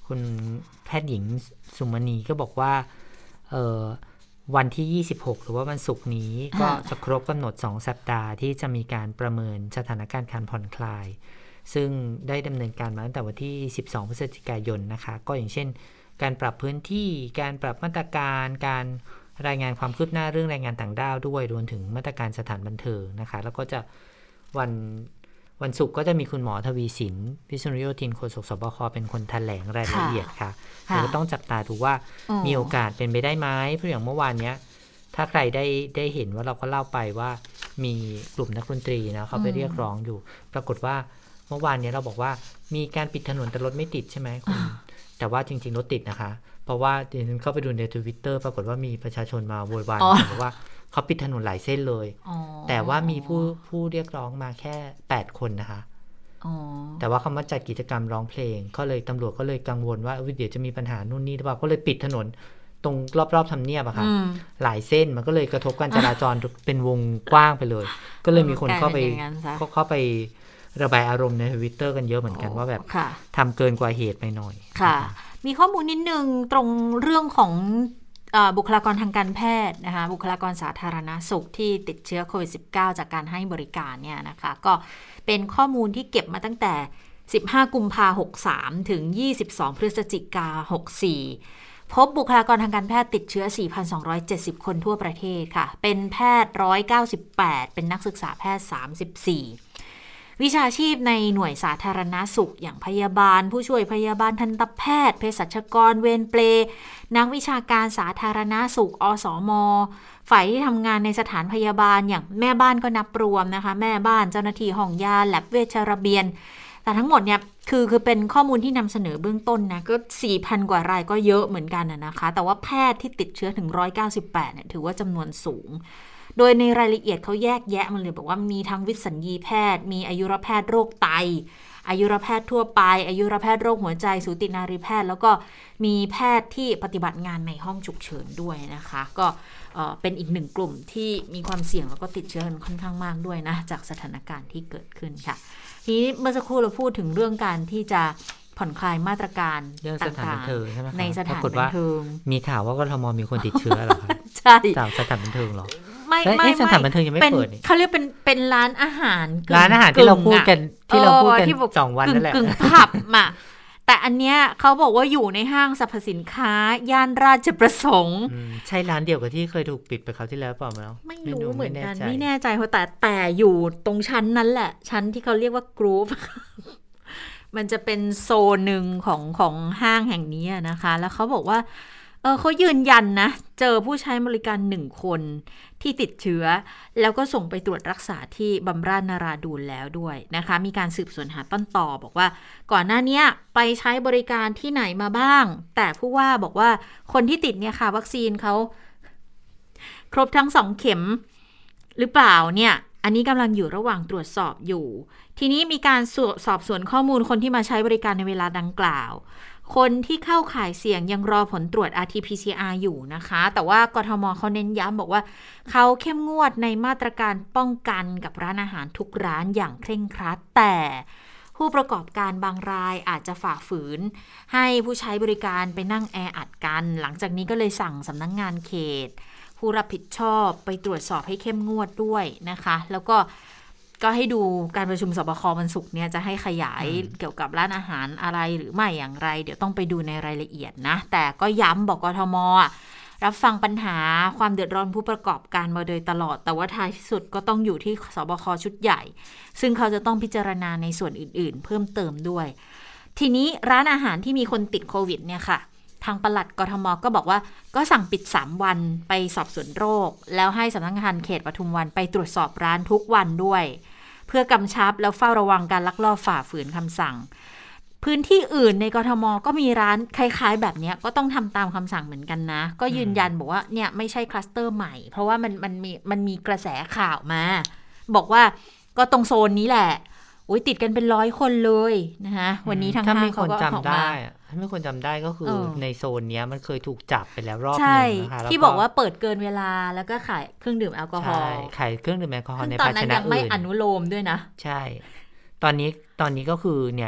[SPEAKER 3] คุณแพทย์หญิงสุมณีก็บอกว่าเอ่อวันที่ยี่สิบหกหรือว่าวันศุกร์นี้ก็จะครบกำหนดสองสัปดาห์ที่จะมีการประเมินสถานการณ์การผ่อนคลายซึ่งได้ดำเนินการมาตั้งแต่วันที่สิบสองพฤศจิกายนนะคะก็อย่างเช่นการปรับพื้นที่การปรับมาตรการการรายงานความคืบหน้าเรื่องแรงงานต่างด้าวด้วยรวมถึงมาตรการสถานบันเทิงนะคะแล้วก็จะวันวันศุกร์ก็จะมีคุณหมอทวีสินพิษณุโยธินโฆษกสบคเป็นคนแถลงรายละเอียดค่ะเราก็ต้องจับตาดูว่ามีโอกาสเป็นไปได้ไหมเพราะอย่างเมื่อวานเนี้ยถ้าใครได้ได้เห็นว่าเราก็เล่าไปว่ามีกลุ่มนักดนตรีนะเขาไปเรียกร้องอยู่ปรากฏว่าเมื่อวานเนี้ยเราบอกว่ามีการปิดถนนแต่รถไม่ติดใช่ไหมคุณแต่ว่าจริงๆรถติดนะคะเพราะว่าเดี๋ยวฉันเข้าไปดูใน Twitter ปรากฏว่ามีประชาชนมาโวยวายบอกว่าเขาปิดถนนหลายเส้นเลยแต่ว่ามีผู้ผู้เรียกร้องมาแค่แปดคนนะคะแต่ว่าเขามาจัดกิจกรรมร้องเพลงก็เลยตำรวจก็เลยกังวลว่าเดี๋ยวจะมีปัญหานู่นนี่หรือเปล่าก็เลยปิดถนนตรงรอบๆทำเนียบอะค่ะหลายเส้นมันก็เลยกระทบการจราจรเป็นวงกว้างไปเลยก็เลยมีคนเข้าไปก็เข้าไประบายอารมณ์ใน Twitter กันเยอะเหมือนกันว่าแบบทำเกินกว่าเหตุไปหน่อย
[SPEAKER 2] ค่ะมีข้อมูลนิดนึงตรงเรื่องของบุคลากรทางการแพทย์นะคะบุคลากรสาธารณสุขที่ติดเชื้อโควิด สิบเก้า จากการให้บริการเนี่ยนะคะก็เป็นข้อมูลที่เก็บมาตั้งแต่สิบห้ากุมภาพันธ์หกสามถึงยี่สิบสองพฤศจิกายนหกสี่พบบุคลากรทางการแพทย์ติดเชื้อ สี่พันสองร้อยเจ็ดสิบ คนทั่วประเทศค่ะเป็นแพทย์หนึ่งร้อยเก้าสิบแปดเป็นนักศึกษาแพทย์สามสิบสี่วิชาชีพในหน่วยสาธารณสุขอย่างพยาบาลผู้ช่วยพยาบาลทันตแพทย์เภสัชกรเวรเปรนักวิชาการสาธารณสุขอสม.ฝ่ายที่ทำงานในสถานพยาบาลอย่างแม่บ้านก็นับรวมนะคะแม่บ้านเจ้าหน้าที่ห้องยาแลบเวชระเบียนแต่ทั้งหมดเนี่ยคือคือเป็นข้อมูลที่นำเสนอเบื้องต้นนะก็ สี่พัน กว่ารายก็เยอะเหมือนกันนะคะแต่ว่าแพทย์ที่ติดเชื้อถึงหนึ่งร้อยเก้าสิบแปดเนี่ยถือว่าจำนวนสูงโดยในรายละเอียดเขาแยกแยะมันเลยบอกว่ามีทั้งวิสัญญีแพทย์มีอายุรแพทย์โรคไตอายุรแพทย์ทั่วไปอายุรแพทย์โรคหัวใจสูตินารีแพทย์แล้วก็มีแพทย์ที่ปฏิบัติงานในห้องฉุกเฉินด้วยนะคะก็เอ่อเป็นอีกหนึ่งกลุ่มที่มีความเสี่ยงแล้วก็ติดเชื้อค่อนข้างมากด้วยนะจากสถานการณ์ที่เกิดขึ้นค่ะทีนี้เมื่อสักครู่เราพูดถึงเรื่องการที่จะผ่อนคลายมาตรการต่างๆในสถานบันเทิง
[SPEAKER 3] มีข่าวว่ากทม.มีคนติดเชื้อเหรอคะ
[SPEAKER 2] ใช่
[SPEAKER 3] จากสถานบันเทิงเหรอ
[SPEAKER 2] ไม่ไม่
[SPEAKER 3] สถานบันเทิงยังไม่เปิด
[SPEAKER 2] เขาเรียกเป็นเป็นร้านอาหาร
[SPEAKER 3] ร้านอาหารที่เราพูดกันที่เราพูดกันสองวันนั่นแหละ
[SPEAKER 2] กึ่งผับอ่ะแต่อันเนี้ยเขาบอกว่าอยู่ในห้างสรรพสินค้าย่านราชประสงค์
[SPEAKER 3] ใช่ร้านเดียวกับที่เคยถูกปิดไปคราวที่แล้วเปล่ามั้ย
[SPEAKER 2] ไม่รู้เหมือนกันไม่แน่ใจเพราะแต่แต่อยู่ตรงชั้นนั้นแหละชั้นที่เขาเรียกว่ากรุ๊ปมันจะเป็นโซนหนึ่งของของห้างแห่งนี้นะคะแล้วเขาบอกว่าเออเขายืนยันนะเจอผู้ใช้บริการหนึ่งคนที่ติดเชื้อแล้วก็ส่งไปตรวจรักษาที่บำราศนราดูลแล้วด้วยนะคะมีการสืบสวนหาต้นตอบอกว่าก่อนหน้านี้ไปใช้บริการที่ไหนมาบ้างแต่ผู้ว่าบอกว่าคนที่ติดเนี่ยค่ะวัคซีนเขาครบทั้งสองเข็มหรือเปล่าเนี่ยอันนี้กำลังอยู่ระหว่างตรวจสอบอยู่ทีนี้มีการสอบสวนข้อมูลคนที่มาใช้บริการในเวลาดังกล่าวคนที่เข้าข่ายเสี่ยงยังรอผลตรวจ อาร์ ที พี ซี อาร์ อยู่นะคะแต่ว่ากทม.เขาเน้นย้ำบอกว่าเขาเข้มงวดในมาตรการป้องกันกับร้านอาหารทุกร้านอย่างเคร่งครัดแต่ผู้ประกอบการบางรายอาจจะฝ่าฝืนให้ผู้ใช้บริการไปนั่งแออัดกันหลังจากนี้ก็เลยสั่งสำนักงานเขตผู้รับผิดชอบไปตรวจสอบให้เข้มงวดด้วยนะคะแล้วก็ก็ให้ดูการประชุมสบควันศุกร์เนี่ยจะให้ขยายเกี่ยวกับร้านอาหารอะไรหรือไม่อย่างไรเดี๋ยวต้องไปดูในรายละเอียดนะแต่ก็ย้ำบอกกทม.รับฟังปัญหาความเดือดร้อนผู้ประกอบการมาโดยตลอดแต่ว่าท้ายที่สุดก็ต้องอยู่ที่สบคชุดใหญ่ซึ่งเขาจะต้องพิจารณาในส่วนอื่นๆเพิ่มเติมด้วยทีนี้ร้านอาหารที่มีคนติดโควิดเนี่ยค่ะทางปลัดกทม.ก็บอกว่าก็สั่งปิดสามวันไปสอบสวนโรคแล้วให้สำนักงานเขตปทุมวันไปตรวจสอบร้านทุกวันด้วยเพื่อกำชับแล้วเฝ้าระวังการลักลอบฝ่าฝืนคำสั่งพื้นที่อื่นในกทม.ก็มีร้านคล้ายๆแบบนี้ก็ต้องทำตามคำสั่งเหมือนกันนะก็ยืนยันบอกว่าเนี่ยไม่ใช่คลัสเตอร์ใหม่เพราะว่ามันมันมีมันมีกระแสข่าวมาบอกว่าก็ตรงโซนนี้แหละอุ้ยติดกันเป็นร้อยคนเลยนะคะวันนี้ทางห้างเขาก็ออกมา
[SPEAKER 3] ถ้าไม่คนจำได้ก็คือในโซนนี้มันเคยถูกจับไปแล้วรอบนึงนะคะ
[SPEAKER 2] ที่บอกว่าเปิดเกินเวลาแล้วก็ขายเครื่องดื่มแอลกอฮอล์
[SPEAKER 3] ขายเครื่องดื่มแอลกอฮอล์ในภาชนะอื่นตอน
[SPEAKER 2] นั้นยังไม่อนุโลมด้วยนะ
[SPEAKER 3] ใช่ตอนนี้ตอนนี้ก็คือเนี่ย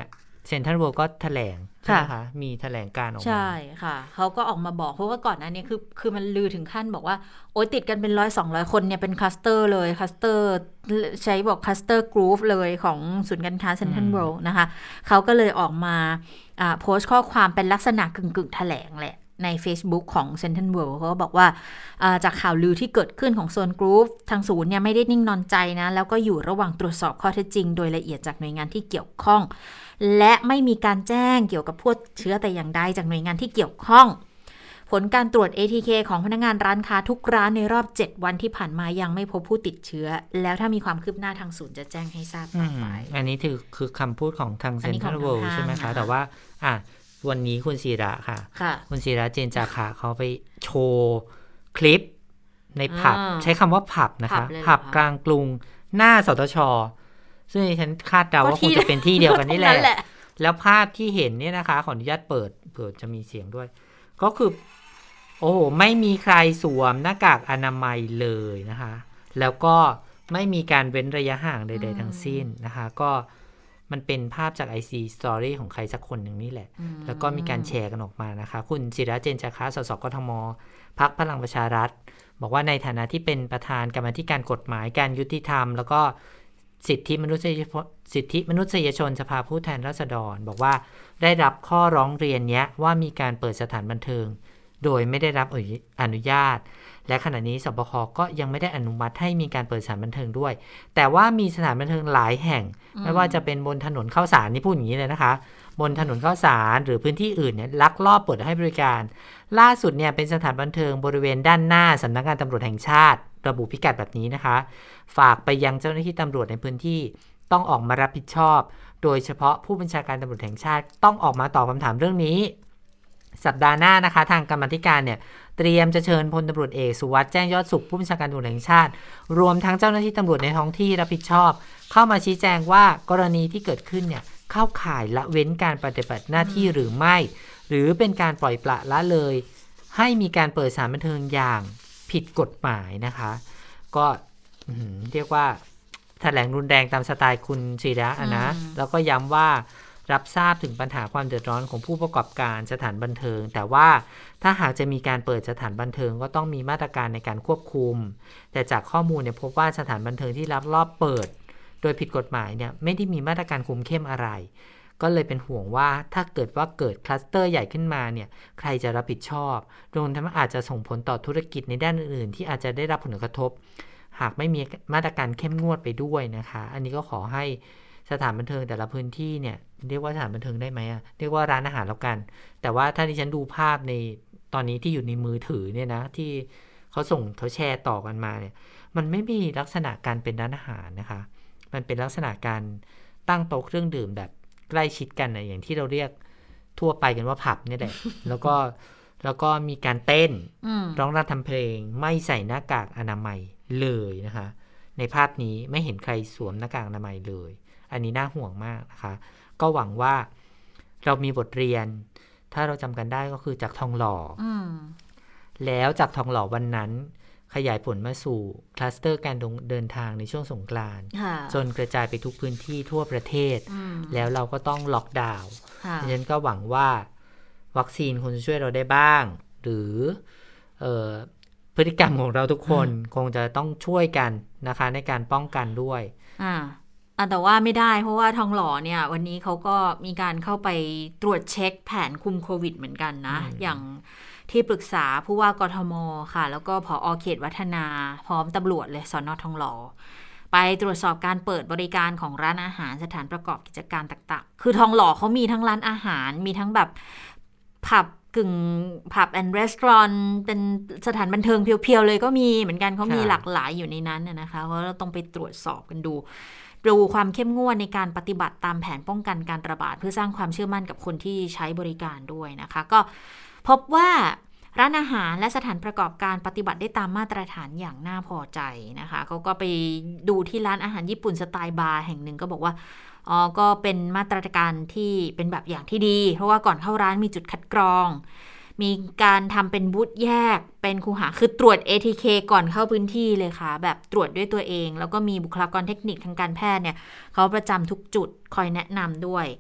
[SPEAKER 3] เซ็นทรัลเวิลด์ก็แถลงใช่ไหมคะมีแถลงการออกมา
[SPEAKER 2] ใช่ค่ะเขาก็ออกมาบอกเพราะว่าก่อนหน้านี้คือคือมันลือถึงขั้นบอกว่าโอ๊ยติดกันเป็นร้อยสองร้อยคนเนี่ยเป็นคลัสเตอร์เลยคลัสเตอร์ใช้บอกคลัสเตอร์กรุ๊ปเลยของศูนย์การค้าเซ็นทรัลเวิลด์นะคะเขาก็เลยออกมาโพสต์ข้อความเป็นลักษณะกึ่งๆแถลงแหละใน Facebook ของ Central World เขาก็บอกว่าจากข่าวลือที่เกิดขึ้นของโซนกรุ๊ปทางศูนย์เนี่ยไม่ได้นิ่งนอนใจนะแล้วก็อยู่ระหว่างตรวจสอบข้อเท็จจริงโดยละเอียดจากหน่วยงานที่เกี่ยวข้องและไม่มีการแจ้งเกี่ยวกับพวกเชื้อแต่อย่างใดจากหน่วยงานที่เกี่ยวข้องผลการตรวจ เอ ที เค ของพนักงานร้านค้าทุกร้านในรอบเจ็ดวันที่ผ่านมายังไม่พบผู้ติดเชื้อแล้วถ้ามีความคืบหน้าทางศูนย์จะแจ้งให้ทราบต่อไป
[SPEAKER 3] อันนี้คือคือคำพูดของทาง Central World ใช่ไหมคะแต่ว่าอ่ะวันนี้คุณศิระค่ะคุณศิระเจนจาคะเขาไปโชว์คลิปในผับใช้คำว่าผับนะคะผับกลางกรุงหน้าสตช.ซึ่งฉันคาดเดาว่าคงจะเป็นที่เดียวกันนี่แหละแล้วภาพที่เห็นเนี่ยนะคะขออนุญาตเปิดเผื่อจะมีเสียงด้วยก็คือโอ้ไม่มีใครสวมหน้ากากอนามัยเลยนะคะแล้วก็ไม่มีการเว้นระยะห่างใดๆทั้งสิ้นนะคะก็มันเป็นภาพจาก ไอ ซี Story ของใครสักคนหนึ่งนี่แหละแล้วก็มีการแชร์กันออกมานะคะคุณศิระเจนจาคะสสกทมพรรคพลังประชารัฐบอกว่าในฐานะที่เป็นประธานกรรมาธิการกฎหมายการยุติธรรมแล้วก็สิทธิมนุษยสิทธิมนุษยชนสภาผู้แทนราษฎรบอกว่าได้รับข้อร้องเรียนเนี้ยว่ามีการเปิดสถานบันเทิงโดยไม่ได้รับอนุญาตและขณะนี้สบคก็ยังไม่ได้อนุมัติให้มีการเปิดสถานบันเทิงด้วยแต่ว่ามีสถานบันเทิงหลายแห่งไม่ว่าจะเป็นบนถนนข้าวสารนี่พูดอย่างนี้เลยนะคะบนถนนข้าวสารหรือพื้นที่อื่นเนี่ยลักลอบเปิดให้บริการล่าสุดเนี่ยเป็นสถานบันเทิงบริเวณด้านหน้าสำนักงานตำรวจแห่งชาติระบุพิกัดแบบนี้นะคะฝากไปยังเจ้าหน้าที่ตำรวจในพื้นที่ต้องออกมารับผิดชอบโดยเฉพาะผู้บัญชาการตำรวจแห่งชาติต้องออกมาตอบคำถามเรื่องนี้สัปดาห์หน้านะคะทางกรรมาธิการเนี่ยเตรียมจะเชิญพลตำรวจเอกสุวัสด์แจ้งยอดสุขผู้บัญชาการตำรวจแห่งชาติรวมทั้งเจ้าหน้าที่ตำรวจในท้องที่รับผิดชอบเข้ามาชี้แจงว่ากรณีที่เกิดขึ้นเนี่ยเข้าข่ายละเว้นการปฏิบัติหน้าที่หรือไม่หรือเป็นการปล่อยปละละเลยให้มีการเปิดสถานบันเทิงอย่างผิดกฎหมายนะคะก็เรียกว่าแถลงรุนแรงตามสไตล์คุณศิระนะแล้วก็ย้ำว่ารับทราบถึงปัญหาความเดือดร้อนของผู้ประกอบการสถานบันเทิงแต่ว่าถ้าหากจะมีการเปิดสถานบันเทิงก็ต้องมีมาตรการในการควบคุมแต่จากข้อมูลเนี่ยพบว่าสถานบันเทิงที่ลักลอบเปิดโดยผิดกฎหมายเนี่ยไม่ได้มีมาตรการคุมเข้มอะไรก็เลยเป็นห่วงว่าถ้าเกิดว่าเกิดคลัสเตอร์ใหญ่ขึ้นมาเนี่ยใครจะรับผิดชอบรวมทั้งอาจจะส่งผลต่อธุรกิจในด้านอื่นๆที่อาจจะได้รับผลกระทบหากไม่มีมาตรการเข้มงวดไปด้วยนะคะอันนี้ก็ขอให้สถานบันเทิงแต่ละพื้นที่เนี่ยเรียกว่าสถานบันเทิงได้ไหมอ่ะเรียกว่าร้านอาหารแล้วกันแต่ว่าถ้าดิฉันดูภาพในตอนนี้ที่อยู่ในมือถือเนี่ยนะที่เขาส่งเขาแชร์ต่อกันมาเนี่ยมันไม่มีลักษณะการเป็นร้านอาหารนะคะมันเป็นลักษณะการตั้งโต๊ะเครื่องดื่มแบบใกล้ชิดกันนะอย่างที่เราเรียกทั่วไปกันว่าผับนี่แหละ แล้วก็แล้วก็มีการเต้นร้องรำทำเพลงไม่ใส่หน้ากากอนามัยเลยนะคะในภาพนี้ไม่เห็นใครสวมหน้ากากอนามัยเลยอันนี้น่าห่วงมากนะคะก็หวังว่าเรามีบทเรียนถ้าเราจำกันได้ก็คือจากทองหล่อแล้วจากทองหล่อวันนั้นขยายผลมาสู่คลัสเตอร์การเดินทางในช่วงสงกรานต์จนกระจายไปทุกพื้นที่ทั่วประเทศแล้วเราก็ต้องล็อกดาวน์ดังนั้นก็หวังว่าวัคซีนคงจะช่วยเราได้บ้างหรือเอ่อพฤติกรรมของเราทุกคนคงจะต้องช่วยกันนะคะในการป้องกันด้วย
[SPEAKER 2] อ่าแต่ว่าไม่ได้เพราะว่าทองหล่อเนี่ยวันนี้เขาก็มีการเข้าไปตรวจเช็คแผนคุมโควิดเหมือนกันนะอย่างที่ปรึกษาผู้ว่ากทมค่ะแล้วก็ผอ.เขตวัฒนาพร้อมตำรวจเลยสน.ทองหล่อไปตรวจสอบการเปิดบริการของร้านอาหารสถานประกอบกิจการต่างๆคือทองหล่อเขามีทั้งร้านอาหารมีทั้งแบบผับกึ่งผับแอนด์รีสอร์ทเป็นสถานบันเทิงเพียวๆเลยก็มีเหมือนกันเขามีหลากหลายอยู่ในนั้นนะคะเพราะเราต้องไปตรวจสอบกันดูดูความเข้มงวดในการปฏิบัติตามแผนป้องกันการระบาดเพื่อสร้างความเชื่อมั่นกับคนที่ใช้บริการด้วยนะคะก็พบว่าร้านอาหารและสถานประกอบการปฏิบัติได้ตามมาตรฐานอย่างน่าพอใจนะคะเขาก็ไปดูที่ร้านอาหารญี่ปุ่นสไตล์บาร์แห่งหนึ่งก็บอกว่าอ๋อก็เป็นมาตรการที่เป็นแบบอย่างที่ดีเพราะว่าก่อนเข้าร้านมีจุดคัดกรองมีการทำเป็นบูธแยกเป็นคูหาคือตรวจ เอ ที เค ก่อนเข้าพื้นที่เลยค่ะแบบตรวจด้วยตัวเองแล้วก็มีบุคลากรเทคนิคทางการแพทย์เนี่ยเขาประจำทุกจุดคอยแนะนำด้วย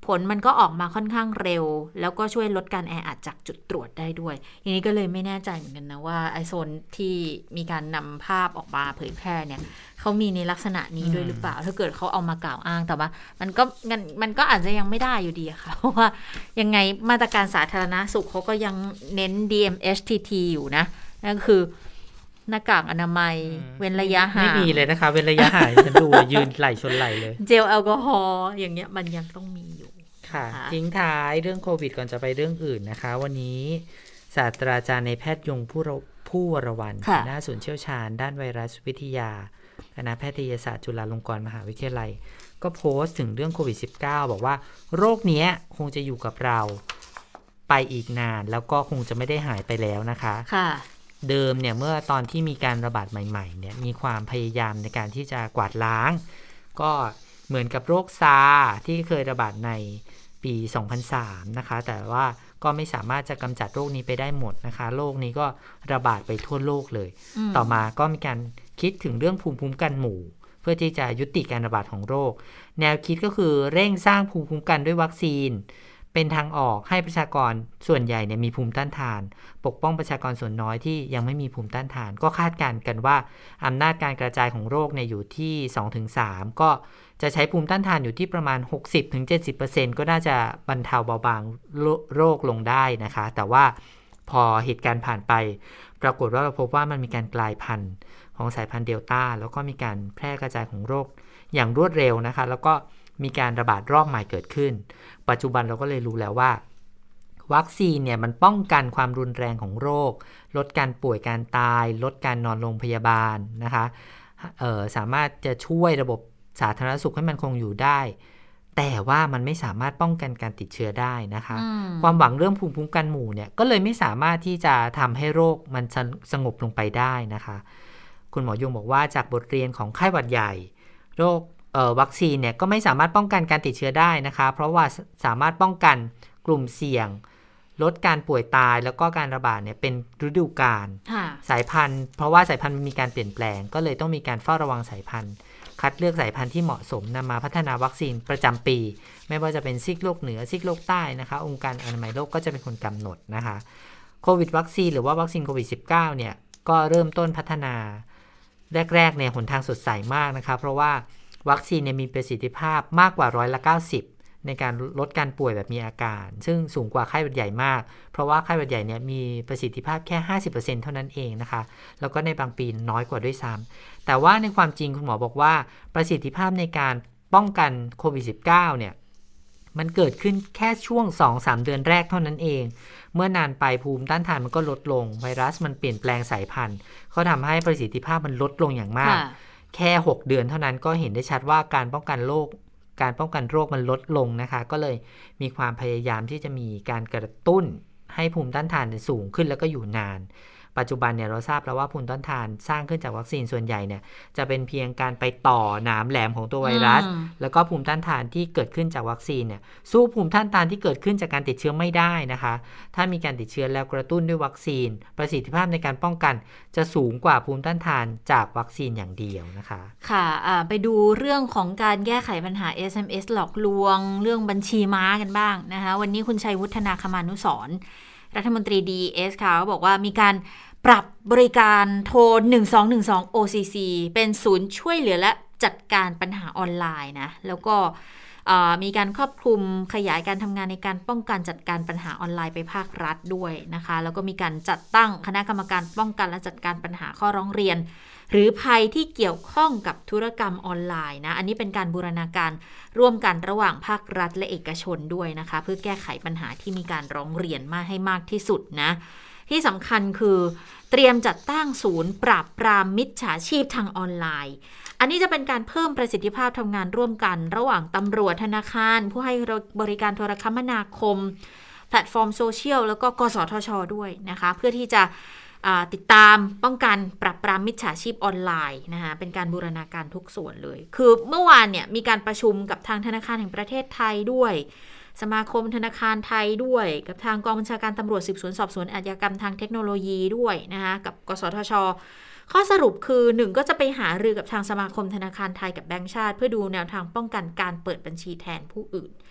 [SPEAKER 2] ผลมันก็ออกมาค่อนข้างเร็วแล้วก็ช่วยลดการแออัดจากจุดตรวจได้ด้วยทีนี้ก็เลยไม่แน่ใจเหมือนกันนะว่าไอโซนที่มีการนำภาพออกมาเผยแพร่เนี่ยเขามีในลักษณะนี้ด้วยหรือเปล่าถ้าเกิดเขาเอามากล่าวอ้างแต่ว่ามันก็มันมันก็อาจจะยังไม่ได้อยู่ดีค่ะเพราะว่ายังไงมาตรการสาธารณสุขเขาก็ยังเน้น ดี เอ็ม เอช ที ที อยู่นะนั่นคือหน้ากากอนามัยเว้นระยะห่าง
[SPEAKER 3] ไม่มีเลยนะคะเว้นระยะห่างฉันดูยืนไหลชนไหลเลย
[SPEAKER 2] เจลแอลกอฮอล์อย่างเงี้ยมันยังต้องมีอยู่
[SPEAKER 3] ค่ะทิ้งท้ายเรื่องโควิดก่อนจะไปเรื่องอื่นนะคะวันนี้ศาสตราจารย์ในแพทย์ยงผู้ผู้วรวรรณหัวหน้าศูนย์เชี่ยวชาญด้านไวรัสวิทยาคณะแพทยศาสตร์จุฬาลงกรณ์มหาวิทยาลัยก็โพสต์ถึงเรื่องโควิด สิบเก้า บอกว่าโรคนี้คงจะอยู่กับเราไปอีกนานแล้วก็คงจะไม่ได้หายไปแล้วนะคะ
[SPEAKER 2] ค่ะ
[SPEAKER 3] เดิมเนี่ยเมื่อตอนที่มีการระบาดใหม่ๆเนี่ยมีความพยายามในการที่จะกวาดล้างก็เหมือนกับโรคซาร์ที่เคยระบาดในปี สองพันสาม นะคะแต่ว่าก็ไม่สามารถจะกำจัดโรคนี้ไปได้หมดนะคะโรคนี้ก็ระบาดไปทั่วโลกเลยต่อมาก็มีการคิดถึงเรื่องภูมิคุ้มกันหมู่เพื่อที่จะยุติการระบาดของโรคแนวคิดก็คือเร่งสร้างภูมิคุ้มกันด้วยวัคซีนเป็นทางออกให้ประชากรส่วนใหญ่เนี่ยมีภูมิต้านทานปกป้องประชากรส่วนน้อยที่ยังไม่มีภูมิต้านทานก็คาดการณ์กันว่าอำนาจการกระจายของโรคเนี่ยอยู่ที่ สองถึงสาม ก็จะใช้ภูมิต้านทานอยู่ที่ประมาณ หกสิบถึงเจ็ดสิบเปอร์เซ็นต์ ก็น่าจะบรรเทาเบาบางโรคลงได้นะคะแต่ว่าพอเหตุการณ์ผ่านไปปรากฏว่าเราพบว่ามันมีการกลายพันธุ์ของสายพันธุ์เดลต้าแล้วก็มีการแพร่กระจายของโรคอย่างรวดเร็วนะคะแล้วก็มีการระบาดรอบใหม่เกิดขึ้นปัจจุบันเราก็เลยรู้แล้วว่าวัคซีนเนี่ยมันป้องกันความรุนแรงของโรคลดการป่วยการตายลดการนอนโรงพยาบาลนะคะเอ่อสามารถจะช่วยระบบสาธารณสุขให้มันคงอยู่ได้แต่ว่ามันไม่สามารถป้องกันการติดเชื้อได้นะคะความหวังเรื่องภูมิคุ้มกันหมู่เนี่ยก็เลยไม่สามารถที่จะทำให้โรคมันสงบลงไปได้นะคะคุณหมอยงบอกว่าจากบทเรียนของไข้หวัดใหญ่โรควัคซีนเนี่ยก็ไม่สามารถป้องกันการติดเชื้อได้นะคะเพราะว่าสามารถป้องกันกลุ่มเสี่ยงลดการป่วยตายแล้วก็การระบาดเนี่ยเป็นฤดูกาลสายพันธุ์เพราะว่าสายพันธุ์มีการเปลี่ยนแปลงก็เลยต้องมีการเฝ้าระวังสายพันธุ์คัดเลือกสายพันธุ์ที่เหมาะสมนำมาพัฒนาวัคซีนประจำปีไม่ว่าจะเป็นซีกโลกเหนือซีกโลกใต้นะคะองค์การอนามัยโลกก็จะเป็นคนกำหนดนะคะโควิดวัคซีนหรือว่าวัคซีนโควิด สิบเก้า เนี่ยก็เริ่มต้นพัฒนาแรกๆเนี่ยหนทางสดใสมากนะคะเพราะว่าวัคซีนเนี่ยมีประสิทธิภาพมากกว่าร้อยละเก้าสิบในการลดการป่วยแบบมีอาการซึ่งสูงกว่าไข้หวัดใหญ่มากเพราะว่าไข้หวัดใหญ่เนี่ยมีประสิทธิภาพแค่ ห้าสิบเปอร์เซ็นต์ เท่านั้นเองนะคะแล้วก็ในบางปีน้อยกว่าด้วยซ้ำแต่ว่าในความจริงคุณหมอบอกว่าประสิทธิภาพในการป้องกันโควิด สิบเก้า เนี่ยมันเกิดขึ้นแค่ช่วง สองถึงสาม เดือนแรกเท่านั้นเองเมื่อนานไปภูมิต้านทานมันก็ลดลงไวรัสมันเปลี่ยนแปลงสายพันธุ์เขาทำให้ประสิทธิภาพมันลดลงอย่างมากแค่หกเดือนเท่านั้นก็เห็นได้ชัดว่าการป้องกันโรคการป้องกันโรคมันลดลงนะคะก็เลยมีความพยายามที่จะมีการกระตุ้นให้ภูมิต้านทานสูงขึ้นแล้วก็อยู่นานปัจจุบันเนี่ยเราทราบแล้วว่าภูมิต้านทานสร้างขึ้นจากวัคซีนส่วนใหญ่เนี่ยจะเป็นเพียงการไปต่อหนามแหลมของตัวไวรัสแล้วก็ภูมิต้านทานที่เกิดขึ้นจากวัคซีนเนี่ยสู้ภูมิต้านทานที่เกิดขึ้นจากการติดเชื้อไม่ได้นะคะถ้ามีการติดเชื้อแล้วกระตุ้นด้วยวัคซีนประสิทธิภาพในการป้องกันจะสูงกว่าภูมิต้านทานจากวัคซีนอย่างเดียวนะคะ
[SPEAKER 2] ค่ะไปดูเรื่องของการแก้ไขปัญหา เอส เอ็ม เอส หลอกลวงเรื่องบัญชีม้ากันบ้างนะคะวันนี้คุณชัยวุฒนาคมานุสรณ์รัฐมนตรี ดี อี เอส ค่ะบอกว่ามีการปรับบริการโทรหนึ่งสองหนึ่งสอง โอ ซี ซี เป็นศูนย์ช่วยเหลือและจัดการปัญหาออนไลน์นะแล้วก็มีการครอบคลุมขยายการทำงานในการป้องกันจัดการปัญหาออนไลน์ไปภาครัฐด้วยนะคะแล้วก็มีการจัดตั้งคณะกรรมการป้องกันและจัดการปัญหาข้อร้องเรียนหรือภัยที่เกี่ยวข้องกับธุรกรรมออนไลน์นะอันนี้เป็นการบูรณาการร่วมกันระหว่างภาครัฐและเอกชนด้วยนะคะเพื่อแก้ไขปัญหาที่มีการร้องเรียนมาให้มากที่สุดนะที่สำคัญคือเตรียมจัดตั้งศูนย์ปราบปรามมิจฉาชีพทางออนไลน์อันนี้จะเป็นการเพิ่มประสิทธิภาพทำงานร่วมกันระหว่างตำรวจธนาคารผู้ให้บริการโทรคมนาคมแพลตฟอร์มโซเชียลแล้วก็กสทช.ด้วยนะคะเพื่อที่จะติดตามป้องกันปราบปรามมิจฉาชีพออนไลน์นะคะเป็นการบูรณาการทุกส่วนเลยคือเมื่อวานเนี่ยมีการประชุมกับทางธนาคารแห่งประเทศไทยด้วยสมาคมธนาคารไทยด้วยกับทางกองบัญชาการตำรวจสืบสวนสอบสวนอาชญากรรมทางเทคโนโลยีด้วยนะคะกับกสทช.ข้อสรุปคือหนึ่งก็จะไปหารือกับทางสมาคมธนาคารไทยกับแบงก์ชาติเพื่อดูแนวทางป้องกันการเปิดบัญชีแทนผู้อื่น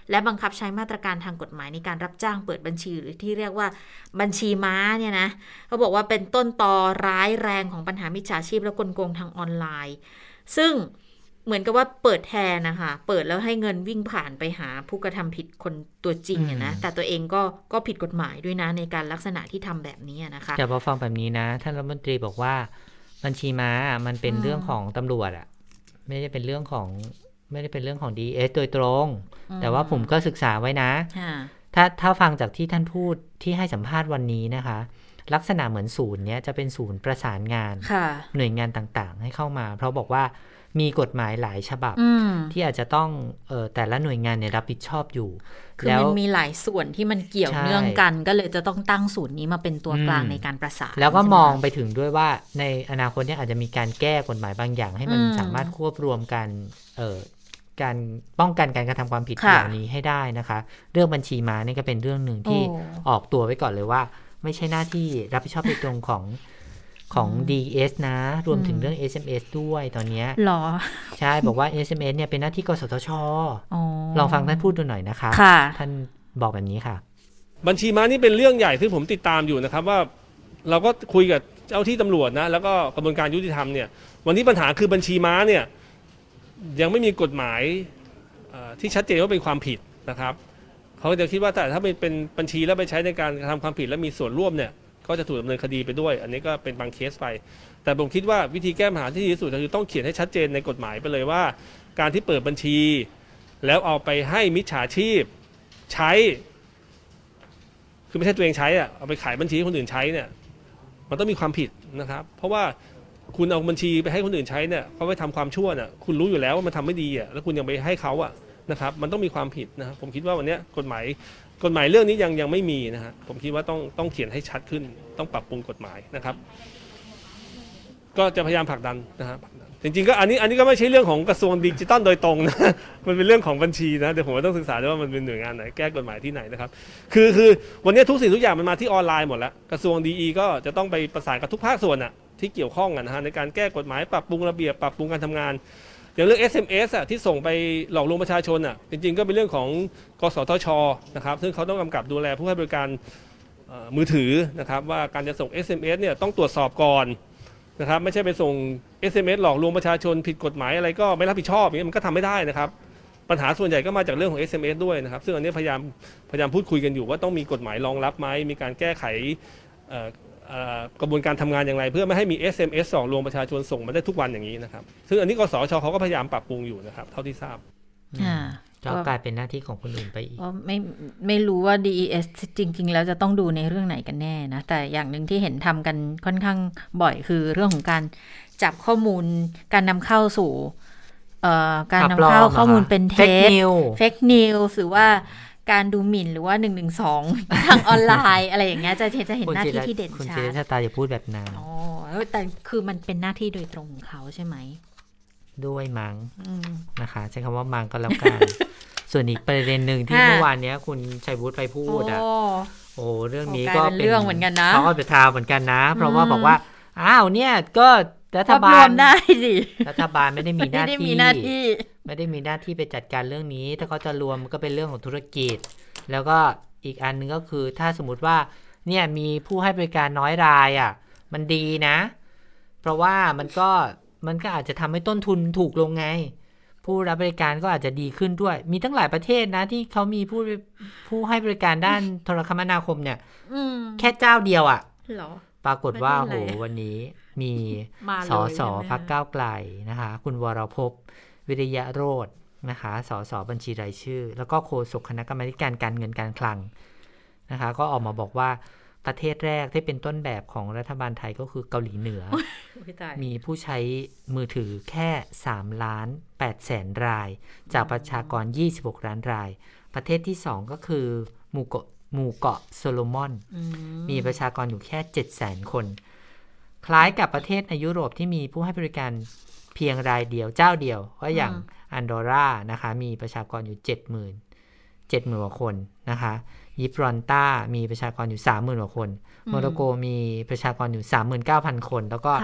[SPEAKER 2] และบังคับใช้มาตรการทางกฎหมายในการรับจ้างเปิดบัญชีหรือที่เรียกว่าบัญชีม้าเนี่ยนะเขาบอกว่าเป็นต้นตอร้ายแรงของปัญหามิจฉาชีพและกลโกงทางออนไลน์ซึ่งเหมือนกับว่าเปิดแทนนะคะเปิดแล้วให้เงินวิ่งผ่านไปหาผู้กระทำผิดคนตัวจริงนะแต่ตัวเองก็ก็ผิดกฎหมายด้วยนะในการลักษณะที่ทำแบบนี้นะคะ
[SPEAKER 3] แต่พอฟังแบบนี้นะท่านรัฐมนตรีบอกว่าบัญชีม้ามันเป็นเรื่องของตำรวจอะไม่ได้เป็นเรื่องของไม่ได้เป็นเรื่องของ ดี เอส โดยตรงแต่ว่าผมก็ศึกษาไว้นะถ้าถ้าฟังจากที่ท่านพูดที่ให้สัมภาษณ์วันนี้นะคะลักษณะเหมือนศูนย์เนี้ยจะเป็นศูนย์ประสานงานหน่วยงานต่างๆให้เข้ามาเพราะบอกว่ามีกฎหมายหลายฉบับที่อาจจะต้องเอ่อแต่ละหน่วยงานเนี่ยรับผิดชอบอยู่
[SPEAKER 2] คือมันมีหลายส่วนที่มันเกี่ยวเนื่องกันก็เลยจะต้องตั้งศูนย์นี้มาเป็นตัวกลางในการประสาน
[SPEAKER 3] แล้วก็มองไปถึงด้วยว่าในอนาคตเนี่ยอาจจะมีการแก้กฎหมายบางอย่างให้มันสามารถควบรวมกันเอ่อการป้องกันการกระทำความผิดอย่างนี้ให้ได้นะคะเรื่องบัญชีม้านี่ก็เป็นเรื่องหนึ่งที่ออกตัวไว้ก่อนเลยว่าไม่ใช่หน้าที่รับผิดชอบโดยตรงของของ ดี เอส นะรวมถึงเรื่อง เอส เอ็ม เอส ด้วยตอนนี้
[SPEAKER 2] หรอ
[SPEAKER 3] ใช่บอกว่า เอส เอ็ม เอส เนี่ยเป็นหน้าที่กสทช.ลองฟังท่านพูดดูหน่อยนะคะท่านบอกแบบนี้ค่ะ
[SPEAKER 4] บัญชีม้านี่เป็นเรื่องใหญ่ที่ผมติดตามอยู่นะครับว่าเราก็คุยกับเจ้าที่ตำรวจนะแล้วก็กระบวนการยุติธรรมเนี่ยวันนี้ปัญหาคือบัญชีม้าเนี่ยยังไม่มีกฎหมายที่ชัดเจนว่าเป็นความผิดนะครับเขาจะคิดว่าแต่ถ้าเป็นบัญชีแล้วไปใช้ในการกระทำความผิดและมีส่วนร่วมเนี่ยก็จะถูกดำเนินคดีไปด้วยอันนี้ก็เป็นบางเคสไปแต่ผมคิดว่าวิธีแก้ปัญหาที่ดีที่สุดคือต้องเขียนให้ชัดเจนในกฎหมายไปเลยว่าการที่เปิดบัญชีแล้วเอาไปให้มิจฉาชีพใช้คือไม่ใช่ตัวเองใช้อ่ะเอาไปขายบัญชีให้คนอื่นใช้เนี่ยมันต้องมีความผิดนะครับเพราะว่าคุณเอาบัญชีไปให้คนอื่นใช้เนี่ยเขาไปทำความชั่วน่ะคุณรู้อยู่แล้วว่ามันทำไม่ดีอ่ะแล้วคุณยังไปให้เขาอ่ะนะครับมันต้องมีความผิดนะครับผมคิดว่าวันนี้กฎหมายกฎหมายเรื่องนี้ยังยังไม่มีนะฮะผมคิดว่าต้องต้องเขียนให้ชัดขึ้นต้องปรับปรุงกฎหมายนะครับก็จะพยายามผลักดันนะฮะจริงๆก็อันนี้อันนี้ก็ไม่ใช่เรื่องของกระทรวงดิจิทัลโดยตรงนะมันเป็นเรื่องของบัญชีนะเดี๋ยวผมต้องศึกษาด้วยว่ามันเป็นหน่วยงานไหนแก้กฎหมายที่ไหนนะครับคือคือวันนี้ทุกสิ่งทุกอย่างมันมาที่ออนไลน์หมดแล้วกระทรวงดีอีก็จะต้องไปประสานกับทุกภาคส่วนอ่ะที่เกี่ยวข้องกันนะฮะในการแก้กฎหมายปรับปรุงระเบียบปรับปรุงการทำงานอย่างเรื่อง เอส เอ็ม เอส อ่ะที่ส่งไปหลอกลวงประชาชนอ่ะจริงๆก็เป็นเรื่องของกสทช.นะครับซึ่งเขาต้องกำกับดูแลผู้ให้บริการมือถือนะครับว่าการจะส่ง เอส เอ็ม เอส เนี่ยต้องตรวจสอบก่อนนะครับไม่ใช่ไปส่ง เอส เอ็ม เอส หลอกลวงประชาชนผิดกฎหมายอะไรก็ไม่รับผิดชอบอย่างนี้มันก็ทำไม่ได้นะครับปัญหาส่วนใหญ่ก็มาจากเรื่องของ เอส เอ็ม เอส ด้วยนะครับซึ่งอันนี้พยายามพยายามพูดคุยกันอยู่ว่าต้องมีกฎหมายรองรับไหมมีการแก้ไขกระบวนการทำงานอย่างไรเพื่อไม่ให้มี เอส เอ็ม เอส หลอกลวงประชาชนส่งมาได้ทุกวันอย่างนี้นะครับซึ่งอันนี้กสทช.เขาก็พยายามปรับปรุงอยู่นะครับเท่าที่ทราบ
[SPEAKER 3] ก็กลายเป็นหน้าที่ของคนอื่นไปอีก
[SPEAKER 2] ไม่ไม่รู้ว่า ดี อี เอส จริงๆแล้วจะต้องดูในเรื่องไหนกันแน่นะแต่อย่างหนึ่งที่เห็นทำกันค่อนข้างบ่อยคือเรื่องของการจับข้อมูลการนำเข้าสู่การนำเข้าข้อมูลเป็นเท็จเฟกนิวส์หรือว่าการดูหมิ่นหรือว่าหนึ่งหนึ่งสองทางออนไลน์อะไรอย่างเงี้ยจะจะเห็นหน้าที่ที่เด่นชัด
[SPEAKER 3] คุณเจษฎาอย่าพูดแบบนั้น
[SPEAKER 2] อ๋อแต่คือมันเป็นหน้าที่โดยตรงของเขาใช่ไหม
[SPEAKER 3] ด้วยมั้งนะคะใช้คำว่ามั้งก็แล้วกันส่วนอีกประเด็นหนึ่งที่เมื่อวานนี้คุณชัยวุฒิไปพูดอ่ะโอ้เรื่องนี้ก็เป็น
[SPEAKER 2] เรื่องเหมือนกันนะ
[SPEAKER 3] เขาก็เป็นทาวเหมือนกันนะเพราะว่าบอกว่าอ้าวเนี่ยก็รัฐบาล
[SPEAKER 2] ได้ดิ
[SPEAKER 3] รัฐบาลไม่ได้มีหน้าที่ไม่ได้มีหน้าที่ไปจัดการเรื่องนี้ถ้าเขาจะรวมก็เป็นเรื่องของธุรกิจแล้วก็อีกอันนึงก็คือถ้าสมมติว่าเนี่ยมีผู้ให้บริการน้อยรายอ่ะมันดีนะเพราะว่ามันก็มันก็อาจจะทำให้ต้นทุนถูกลงไงผู้รับบริการก็อาจจะดีขึ้นด้วยมีตั้งหลายประเทศนะที่เขามีผู้ผู้ให้บริการด้านโทรคมนาคมเนี่ยแค่เจ้าเดียวอ่ะปรากฏว่าโหวันนี้มีสสพรรคก้าวไกลนะคะคุณวรภพวิริยะโรจน์นะคะสสบัญชีรายชื่อแล้วก็โฆษกคณะกรรมาธิการการเงินการคลังนะคะก็ออกมาบอกว่าประเทศแรกที่เป็นต้นแบบของรัฐบาลไทยก็คือเกาหลีเหนือ มีผู้ใช้มือถือแค่สามล้านแปดแสนรายจากประชากรยี่สิบหกล้านรายประเทศที่สองก็คือหมู่เกาะหมู่เกาะโซโลมอนมีประชากรอยู่แค่ เจ็ดแสน คนคล้ายกับประเทศในยุโรปที่มีผู้ให้บริการเพียงรายเดียวเจ้าเดียวก็อย่างอันดอร่านะคะมีประชากรอยู่ เจ็ดหมื่น เจ็ดหมื่น กว่าคนนะคะยิบรอนตามีประชากรอยู่ สามหมื่น กว่าคนโมร็อกโกมีประชากรอยู่ สามหมื่นเก้าพัน คนแล้วก็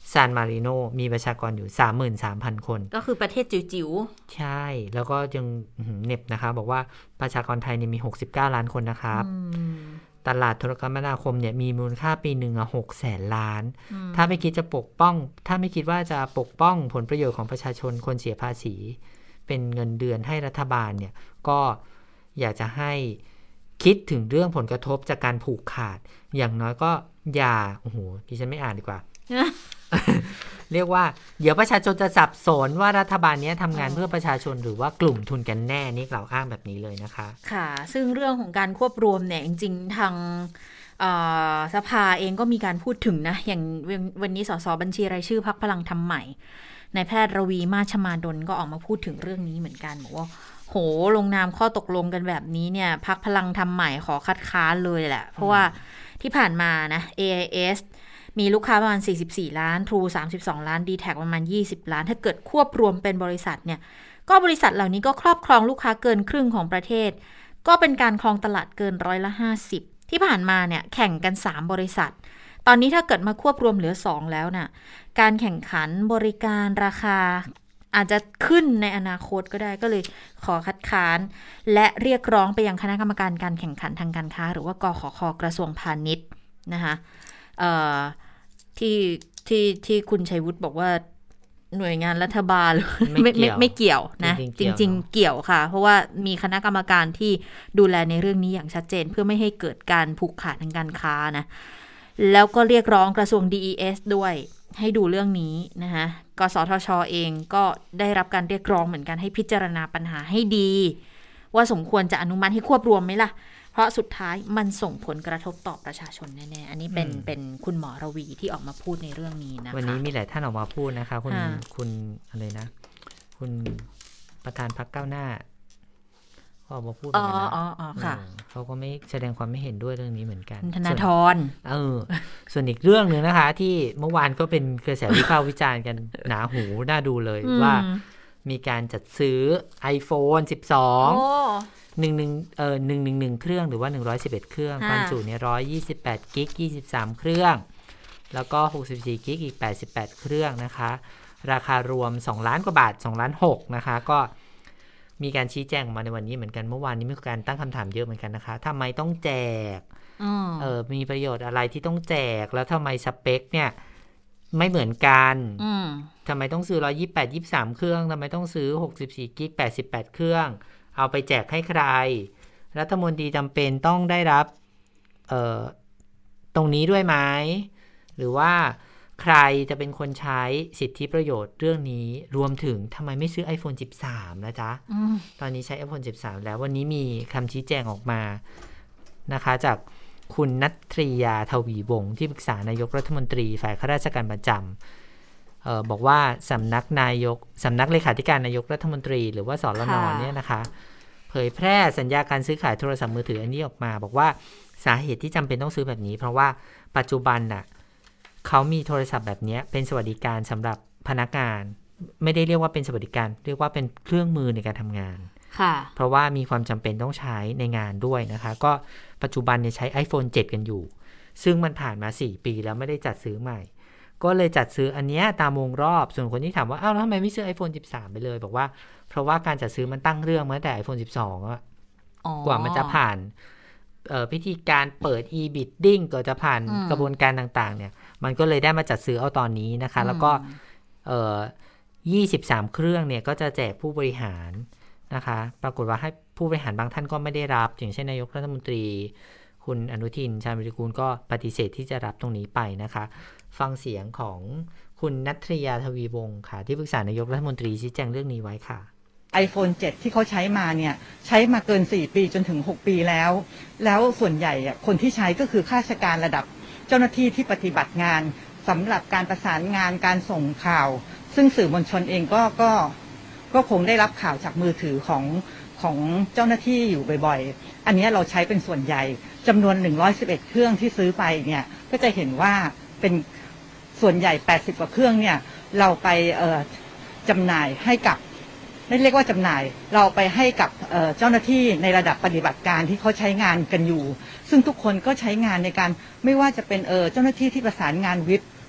[SPEAKER 3] ซานมาริโนมีประชากรอยู่ สามหมื่นสามพัน คน
[SPEAKER 2] ก็คือประเทศจิ๋ว
[SPEAKER 3] ๆใช่แล้วก็ยังเน็บนะคะบอกว่าประชากรไทยเนี่ยมีหกสิบเก้าล้านคนนะครับตลาดโทรคมนาคมเนี่ยมีมูลค่าปีหนึ่งอ่ะหกแสนล้านถ้าไม่คิดจะปกป้องถ้าไม่คิดว่าจะปกป้องผลประโยชน์ของประชาชนคนเสียภาษีเป็นเงินเดือนให้รัฐบาลเนี่ยก็อยากจะให้คิดถึงเรื่องผลกระทบจากการผูกขาดอย่างน้อยก็อย่าโอ้โหดิฉันไม่อ่านดีกว่า เรียกว่าเดี๋ยวประชาชนจะสับสนว่ารัฐบาลนี้ทำงานเพื่อประชาชนหรือว่ากลุ่มทุนกันแน่นี่กล่าวอ้างแบบนี้เลยนะคะ
[SPEAKER 2] ค่ะซึ่งเรื่องของการควบรวมเนี่ยจริงๆทางสภาเองก็มีการพูดถึงนะอย่างวันนี้สสบัญชีรายชื่อพรรคพลังธรรมใหม่นายแพทย์ระวีมาชมาดลก็ออกมาพูดถึงเรื่องนี้เหมือนกันบอกว่าโหลงนามข้อตกลงกันแบบนี้เนี่ยพรรคพลังธรรมใหม่ขอคัดค้านเลยแหละเพราะว่าที่ผ่านมานะ เอ ไอ เอส มีลูกค้าประมาณสี่สิบสี่ล้าน True สามสิบสองล้าน ดี แท็ก ประมาณยี่สิบล้านถ้าเกิดควบรวมเป็นบริษัทเนี่ยก็บริษัทเหล่านี้ก็ครอบครองลูกค้าเกินครึ่งของประเทศก็เป็นการครองตลาดเกินร้อยละห้าสิบที่ผ่านมาเนี่ยแข่งกันสามบริษัทตอนนี้ถ้าเกิดมาควบรวมเหลือสองแล้วน่ะการแข่งขันบริการราคาอาจจะขึ้นในอนาคตก็ได้ก็เลยขอคัดค้านและเรียกร้องไปยังคณะกรรมการการแข่งขันทางการค้าหรือว่ากขค.กระทรวงพาณิชย์นะคะเอ่อที่ที่ที่คุณชัยวุฒิบอกว่าหน่วยงานรัฐบาลไม่ไม่ไม่เกี่ยวนะจริงๆเกี่ยวค่ะเพราะว่ามีคณะกรรมการที่ดูแลในเรื่องนี้อย่างชัดเจนเพื่อไม่ให้เกิดการผูกขาดทางการค้านะแล้วก็เรียกร้องกระทรวง ดี อี เอส ด้วยให้ดูเรื่องนี้นะคะกสทช.เองก็ได้รับการเรียกร้องเหมือนกันให้พิจารณาปัญหาให้ดีว่าสมควรจะอนุมัติให้ควบรวมไหมล่ะเพราะสุดท้ายมันส่งผลกระทบต่อประชาชนแน่ๆอันนี้เป็นเป็นคุณหมอระวีที่ออกมาพูดในเรื่องนี้นะคะ
[SPEAKER 3] วันนี้มีหลายท่านออกมาพูดนะคะคุณคุณอะไรนะคุณประธานพรรคก้าวหน้าออกมาพูดเหมือนกันนะเขาก็ไม่แสดงความไม่เห็นด้วยเรื่องนี้เหมือนกัน
[SPEAKER 2] ธนาธร
[SPEAKER 3] เออส่วนอีกเรื่องนึงนะคะที่เมื่อวานก็เป็นกระแสวิพากษ์วิจารณ์กันหนาหูน่าดูเลยว่ามีการจัดซื้อ iPhone สิบสองหนึ่งหนึ่งเอ่อหนึ่งหนึ่งหนึ่งเครื่องหรือว่าหนึ่งร้อยสิบเอ็ดเครื่องความจุเนี่ยหนึ่งร้อยยี่สิบแปดกิกยี่สิบสามเครื่องแล้วก็หกสิบสี่กิกอีกแปดสิบแปดเครื่องนะคะราคารวมสองล้านกว่าบาทสองล้านหกนะคะก็มีการชี้แจงออกมาในวันนี้เหมือนกันเมื่อวานนี้มีการตั้งคำถามเยอะเหมือนกันนะคะทำไมต้องแจกเออมีประโยชน์อะไรที่ต้องแจกแล้วทำไมสเปคเนี่ยไม่เหมือนกันทำไมต้องซื้อหนึ่งร้อยยี่สิบแปด ยี่สิบสามเครื่องทำไมต้องซื้อหกสิบสี่กิกแปดสิบแปดเครื่องเอาไปแจกให้ใครรัฐมนตรีจำเป็นต้องได้รับเอ่อตรงนี้ด้วยไหมหรือว่าใครจะเป็นคนใช้สิทธิประโยชน์เรื่องนี้รวมถึงทำไมไม่ซื้อ iPhone สิบสามนะจ๊ะตอนนี้ใช้ iPhone สิบสามแล้ววันนี้มีคำชี้แจงออกมานะคะจากคุณณัฐิยาทวีวงศ์ที่ปรึกษานายกรัฐมนตรีฝ่ายข้าราชการประจำเอ่อบอกว่าสำนักนายกสำนักเลขาธิการนายกรัฐมนตรีหรือว่าสรน.เนี่ยนะคะเผยแพร่สัญญาการซื้อขายโทรศัพท์มือถืออันนี้ออกมาบอกว่าสาเหตุที่จำเป็นต้องซื้อแบบนี้เพราะว่าปัจจุบันน่ะเขามีโทรศัพท์แบบนี้เป็นสวัสดิการสำหรับพนักงานไม่ได้เรียกว่าเป็นสวัสดิการเรียกว่าเป็นเครื่องมือในการทำงานเพราะว่ามีความจำเป็นต้องใช้ในงานด้วยนะคะก็ปัจจุบันเนี่ยใช้ iPhone เซเว่น กันอยู่ซึ่งมันผ่านมาสี่ปีแล้วไม่ได้จัดซื้อใหม่ก็เลยจัดซื้ออันนี้ตามวงรอบส่วนคนที่ถามว่าอ้าวแล้วทำไมไม่ซื้อ iPhone สิบสามไปเลยบอกว่าเพราะว่าการจัดซื้อมันตั้งเรื่องมาตั้งแต่ iPhone สิบสองอ่ะกว่ามันจะผ่านพิธีการเปิด e-bidding ก็จะผ่านกระบวนการต่างๆเนี่ยมันก็เลยได้มาจัดซื้อเอาตอนนี้นะคะแล้วก็เอ่อยี่สิบสามเครื่องเนี่ยก็จะแจกผู้บริหารนะคะปรากฏว่าให้ผู้บริหารบางท่านก็ไม่ได้รับอย่างเช่นนายกรัฐมนตรีคุณอนุทินชาญวิรกูลก็ปฏิเสธที่จะรับตรงนี้ไปนะคะฟังเสียงของคุณณัฐิยาทวีวงศ์ค่ะที่ปรึกษานายกรัฐมนตรีชี้แจงเรื่องนี้ไว้ค่ะ
[SPEAKER 5] iPhone เซเว่น ที่เขาใช้มาเนี่ยใช้มาเกินสี่ปีจนถึงหกปีแล้วแล้วส่วนใหญ่คนที่ใช้ก็คือข้าราชการระดับเจ้าหน้าที่ที่ปฏิบัติงานสำหรับการประสานงานการส่งข่าวซึ่งสื่อมวลชนเองก็ก็ก็คงได้รับข่าวจากมือถือของของเจ้าหน้าที่อยู่บ่อยๆอันนี้เราใช้เป็นส่วนใหญ่จำนวนหนึ่งร้อยสิบเอ็ดเครื่องที่ซื้อไปเนี่ยก็จะเห็นว่าเป็นส่วนใหญ่แปดสิบกว่าเครื่องเนี่ยเราไปเอ่อจำหน่ายให้กับไม่เรียกว่าจำหน่ายเราไปให้กับเอ่อเจ้าหน้าที่ในระดับปฏิบัติการที่เขาใช้งานกันอยู่ซึ่งทุกคนก็ใช้งานในการไม่ว่าจะเป็นเอ่อเจ้าหน้าที่ที่ประสานงานวิทย์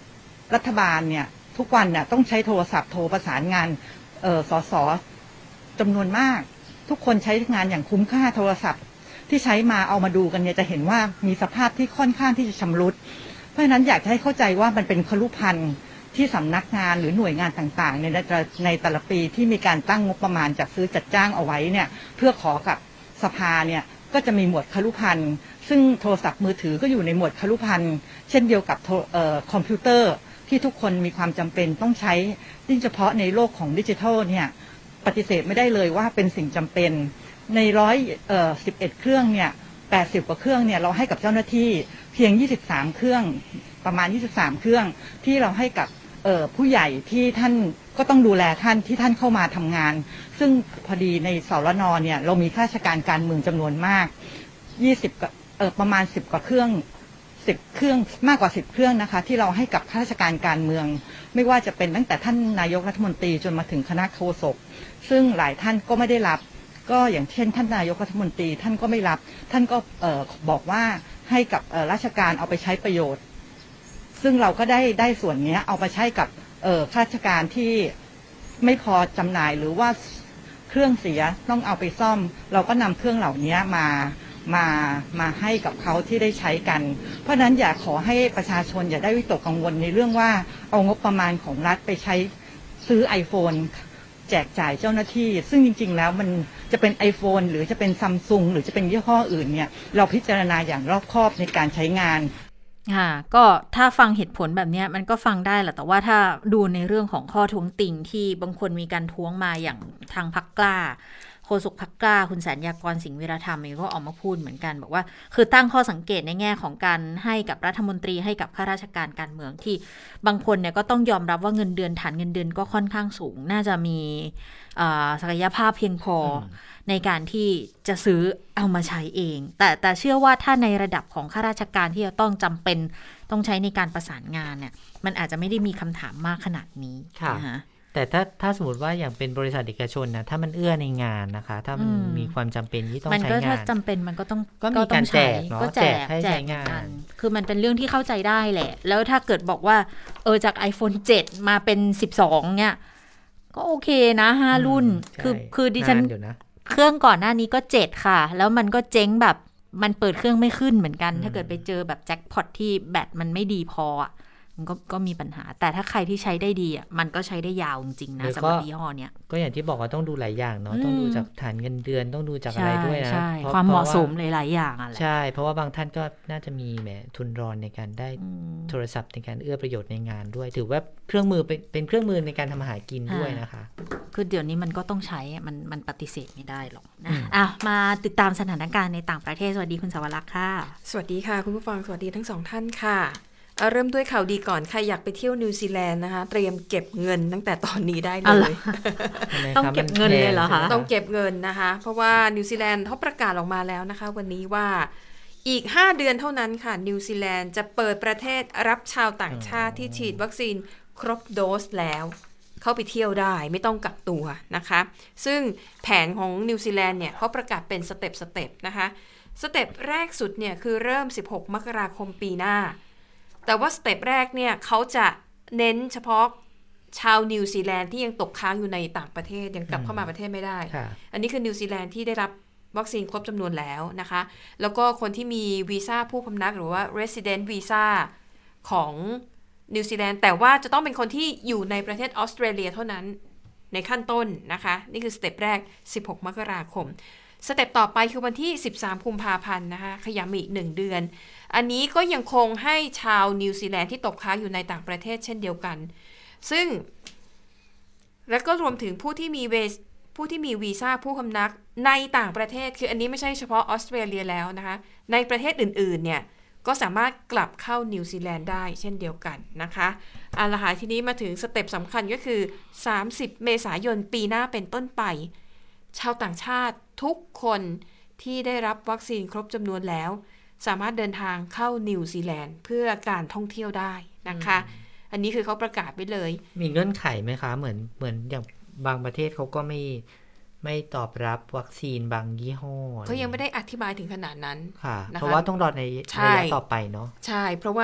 [SPEAKER 5] รัฐบาลเนี่ยทุกวันเนี่ยต้องใช้โทรศัพท์โทรประสานงานเอ่อสสจำนวนมากทุกคนใช้งานอย่างคุ้มค่าโทรศัพท์ที่ใช้มาเอามาดูกันเนี่ยจะเห็นว่ามีสภาพที่ค่อนข้างที่จะชำรุดเพราะฉะนั้นอยากให้เข้าใจว่ามันเป็นครุพันธ์ที่สำนักงานหรือหน่วยงานต่างๆในในแต่ละปีที่มีการตั้งงบประมาณจัดซื้อจัดจ้างเอาไว้เนี่ยเพื่อขอกับสภาเนี่ยก็จะมีหมวดครุพันธ์ซึ่งโทรศัพท์มือถือก็อยู่ในหมวดครุพันธ์เช่นเดียวกับเอ่อคอมพิวเตอร์ที่ทุกคนมีความจำเป็นต้องใช้ยิ่งเฉพาะในโลกของดิจิทัลเนี่ยปฏิเสธไม่ได้เลยว่าเป็นสิ่งจำเป็นในร้อยเอ่อสิบเอ็ดเครื่องเนี่ยแปดสิบกว่าเครื่องเนี่ยเราให้กับเจ้าหน้าที่เพียงยี่สิบสามเครื่องประมาณยี่สิบสามเครื่องที่เราให้กับเอ่อผู้ใหญ่ที่ท่านก็ต้องดูแลท่านที่ท่านเข้ามาทำงานซึ่งพอดีในสรน.เนี่ยเรามีข้าราชการการเมืองจำนวนมากยี่สิบเอ่อประมาณสิบกว่าเครื่องสิบเครื่องมากกว่าสิบเครื่องนะคะที่เราให้กับข้าราชการการเมืองไม่ว่าจะเป็นตั้งแต่ท่านนายกรัฐมนตรีจนมาถึงคณะโฆษกซึ่งหลายท่านก็ไม่ได้รับก็อย่างเช่นท่านนายกรัฐมนตรีท่านก็ไม่รับท่านก็เอ่อบอกว่าให้กับเอ่อราชการเอาไปใช้ประโยชน์ซึ่งเราก็ได้ได้ส่วนนี้เอาไปใช้กับเอ่อข้าราชการที่ไม่พอจำหน่ายหรือว่าเครื่องเสียต้องเอาไปซ่อมเราก็นำเครื่องเหล่านี้มามามาให้กับเขาที่ได้ใช้กันเพราะฉะนั้นอยากขอให้ประชาชนอย่าได้วิตกกังวลในเรื่องว่าเอางบประมาณของรัฐไปใช้ซื้อ iPhone แจกจ่ายเจ้าหน้าที่ซึ่งจริงๆแล้วมันจะเป็น iPhone หรือจะเป็น Samsung หรือจะเป็นยี่ห้ออื่นเนี่ยเราพิจารณาอย่างรอบคอบในการใช้งาน
[SPEAKER 2] ค่ะก็ถ้าฟังเหตุผลแบบนี้มันก็ฟังได้แหละแต่ว่าถ้าดูในเรื่องของข้อท้วงติงที่บางคนมีการท้วงมาอย่างทางพรรคกล้าโฆษกพรรคกล้าคุณแสนยากรสิงห์วีระธรรมเองก็ออกมาพูดเหมือนกันบอกว่าคือตั้งข้อสังเกตในแง่ของการให้กับรัฐมนตรีให้กับข้าราชการการเมืองที่บางคนเนี่ยก็ต้องยอมรับว่าเงินเดือนฐานเงินเดือนก็ค่อนข้างสูงน่าจะมีศักยภาพเพียงพอในการที่จะซื้อเอามาใช้เองแต่แต่เชื่อว่าถ้าในระดับของข้าราชการที่จะต้องจำเป็นต้องใช้ในการประสานงานเนี่ยมันอาจจะไม่ได้มีคำถามมากขนาดนี้นะคะ
[SPEAKER 3] แต่ถ้าถ้าสมมติว่าอย่างเป็นบริษัทเอกชนนะถ้ามันเอื้อในงานนะคะถ้ามันมีความจำเป็นที่ต้องใช้งานมันก็
[SPEAKER 2] ถ้าจำเป็นมันก็ต้อง
[SPEAKER 3] ก็มีการแจกเนาะแจกให้ใช้งาน
[SPEAKER 2] คือมันเป็นเรื่องที่เข้าใจได้แหละแล้วถ้าเกิดบอกว่าเออจาก iPhone เจ็ดมาเป็นสิบสองเนี่ยก็โอเคนะห้ารุ่นคือคือดิฉันเครื่องก่อนหน้านี้ก็เจ็ดค่ะแล้วมันก็เจ๊งแบบมันเปิดเครื่องไม่ขึ้นเหมือนกันถ้าเกิดไปเจอแบบแจ็คพอตที่แบตมันไม่ดีพออ่ะมันก็ก็มีปัญหาแต่ถ้าใครที่ใช้ได้ดีอ่ะมันก็ใช้ได้ยาวจริงๆนะสำหรับยี่ห้อเนี้ย
[SPEAKER 3] ก็อย่างที่บอกว่าต้องดูหลายอย่างเนาะต้องดูจากฐานเงินเดือนต้องดูจากอะไรด้วยนะ
[SPEAKER 2] ความเหมาะสมหลายๆอย่างอ่ะ
[SPEAKER 3] ใช่เพราะว่าบางท่านก็น่าจะมีแหมทุนรอนในการได้โทรศัพท์ในการเอื้อประโยชน์ในงานด้วยถือว่าเครื่องมือเป็นเป็นเครื่องมือในการทำอาหารกินด้วยนะคะ
[SPEAKER 2] คือเดี๋ยวนี้มันก็ต้องใช้มันมันปฏิเสธไม่ได้หรอกนะอ่ะมาติดตามสถานการณ์ในต่างประเทศสวัสดีคุณสวรักษ์ค่ะ
[SPEAKER 6] สวัสดีค่ะคุณผู้ฟังสวัสดีทั้งสองท่านค่ะเริ่มด้วยข่าวดีก่อนใครอยากไปเที่ยวนิวซีแลนด์นะคะเตรียมเก็บเงินตั้งแต่ตอนนี้ได้เลย
[SPEAKER 2] ต้องเก็บเงินเลยเหรอคะ
[SPEAKER 6] ต้องเก็บเงินนะคะเพราะว่านิวซีแลนด์เขาประกาศออกมาแล้วนะคะวันนี้ว่าอีกห้าเดือนเท่านั้นค่ะนิวซีแลนด์จะเปิดประเทศรับชาวต่างชาติที่ฉีดวัคซีนครบโดสแล้วเข้าไปเที่ยวได้ไม่ต้องกักตัวนะคะซึ่งแผนของนิวซีแลนด์เนี่ยเขาประกาศเป็นสเต็ปสเต็ปนะคะสเต็ปแรกสุดเนี่ยคือเริ่มสิบหกมกราคมปีหน้าแต่ว่าสเต็ปแรกเนี่ยเขาจะเน้นเฉพาะชาวนิวซีแลนด์ที่ยังตกค้างอยู่ในต่างประเทศยังกลับเข้ามาประเทศไม่ได้อันนี้คือนิวซีแลนด์ที่ได้รับวัคซีนครบจำนวนแล้วนะคะแล้วก็คนที่มีวีซ่าผู้พำนักหรือว่า resident visa ของนิวซีแลนด์แต่ว่าจะต้องเป็นคนที่อยู่ในประเทศออสเตรเลียเท่านั้นในขั้นต้นนะคะนี่คือสเต็ปแรกสิบหกมกราคมสเต็ปต่อไปคือวันที่สิบสามกุมภาพันธ์นะคะขยายอีกหนึ่งเดือนอันนี้ก็ยังคงให้ชาวนิวซีแลนด์ที่ตกค้างอยู่ในต่างประเทศเช่นเดียวกันซึ่งและก็รวมถึงผู้ที่มีเวสผู้ที่มีวีซ่าผู้พำนักในต่างประเทศคืออันนี้ไม่ใช่เฉพาะออสเตรเลียแล้วนะคะในประเทศอื่นๆเนี่ยก็สามารถกลับเข้านิวซีแลนด์ได้เช่นเดียวกันนะคะเอาล่ะทีนี้มาถึงสเต็ปสำคัญก็คือสามสิบเมษายนปีหน้าเป็นต้นไปชาวต่างชาติทุกคนที่ได้รับวัคซีนครบจำนวนแล้วสามารถเดินทางเข้านิวซีแลนด์เพื่อการท่องเที่ยวได้นะคะอันนี้คือเขาประกาศไปเลย
[SPEAKER 3] มีเงื่อนไขไหมคะเหมือนเหมือนอย่างบางประเทศเขาก็ไม่ไม่ตอบรับวัคซีนบางยี่ห้อ
[SPEAKER 6] เขายังไม่ได้อธิบายถึงขนาดนั้น
[SPEAKER 3] ค่ะเพราะว่าต้องรอในระยะต่อไปเนาะ
[SPEAKER 6] ใช่เพราะว่า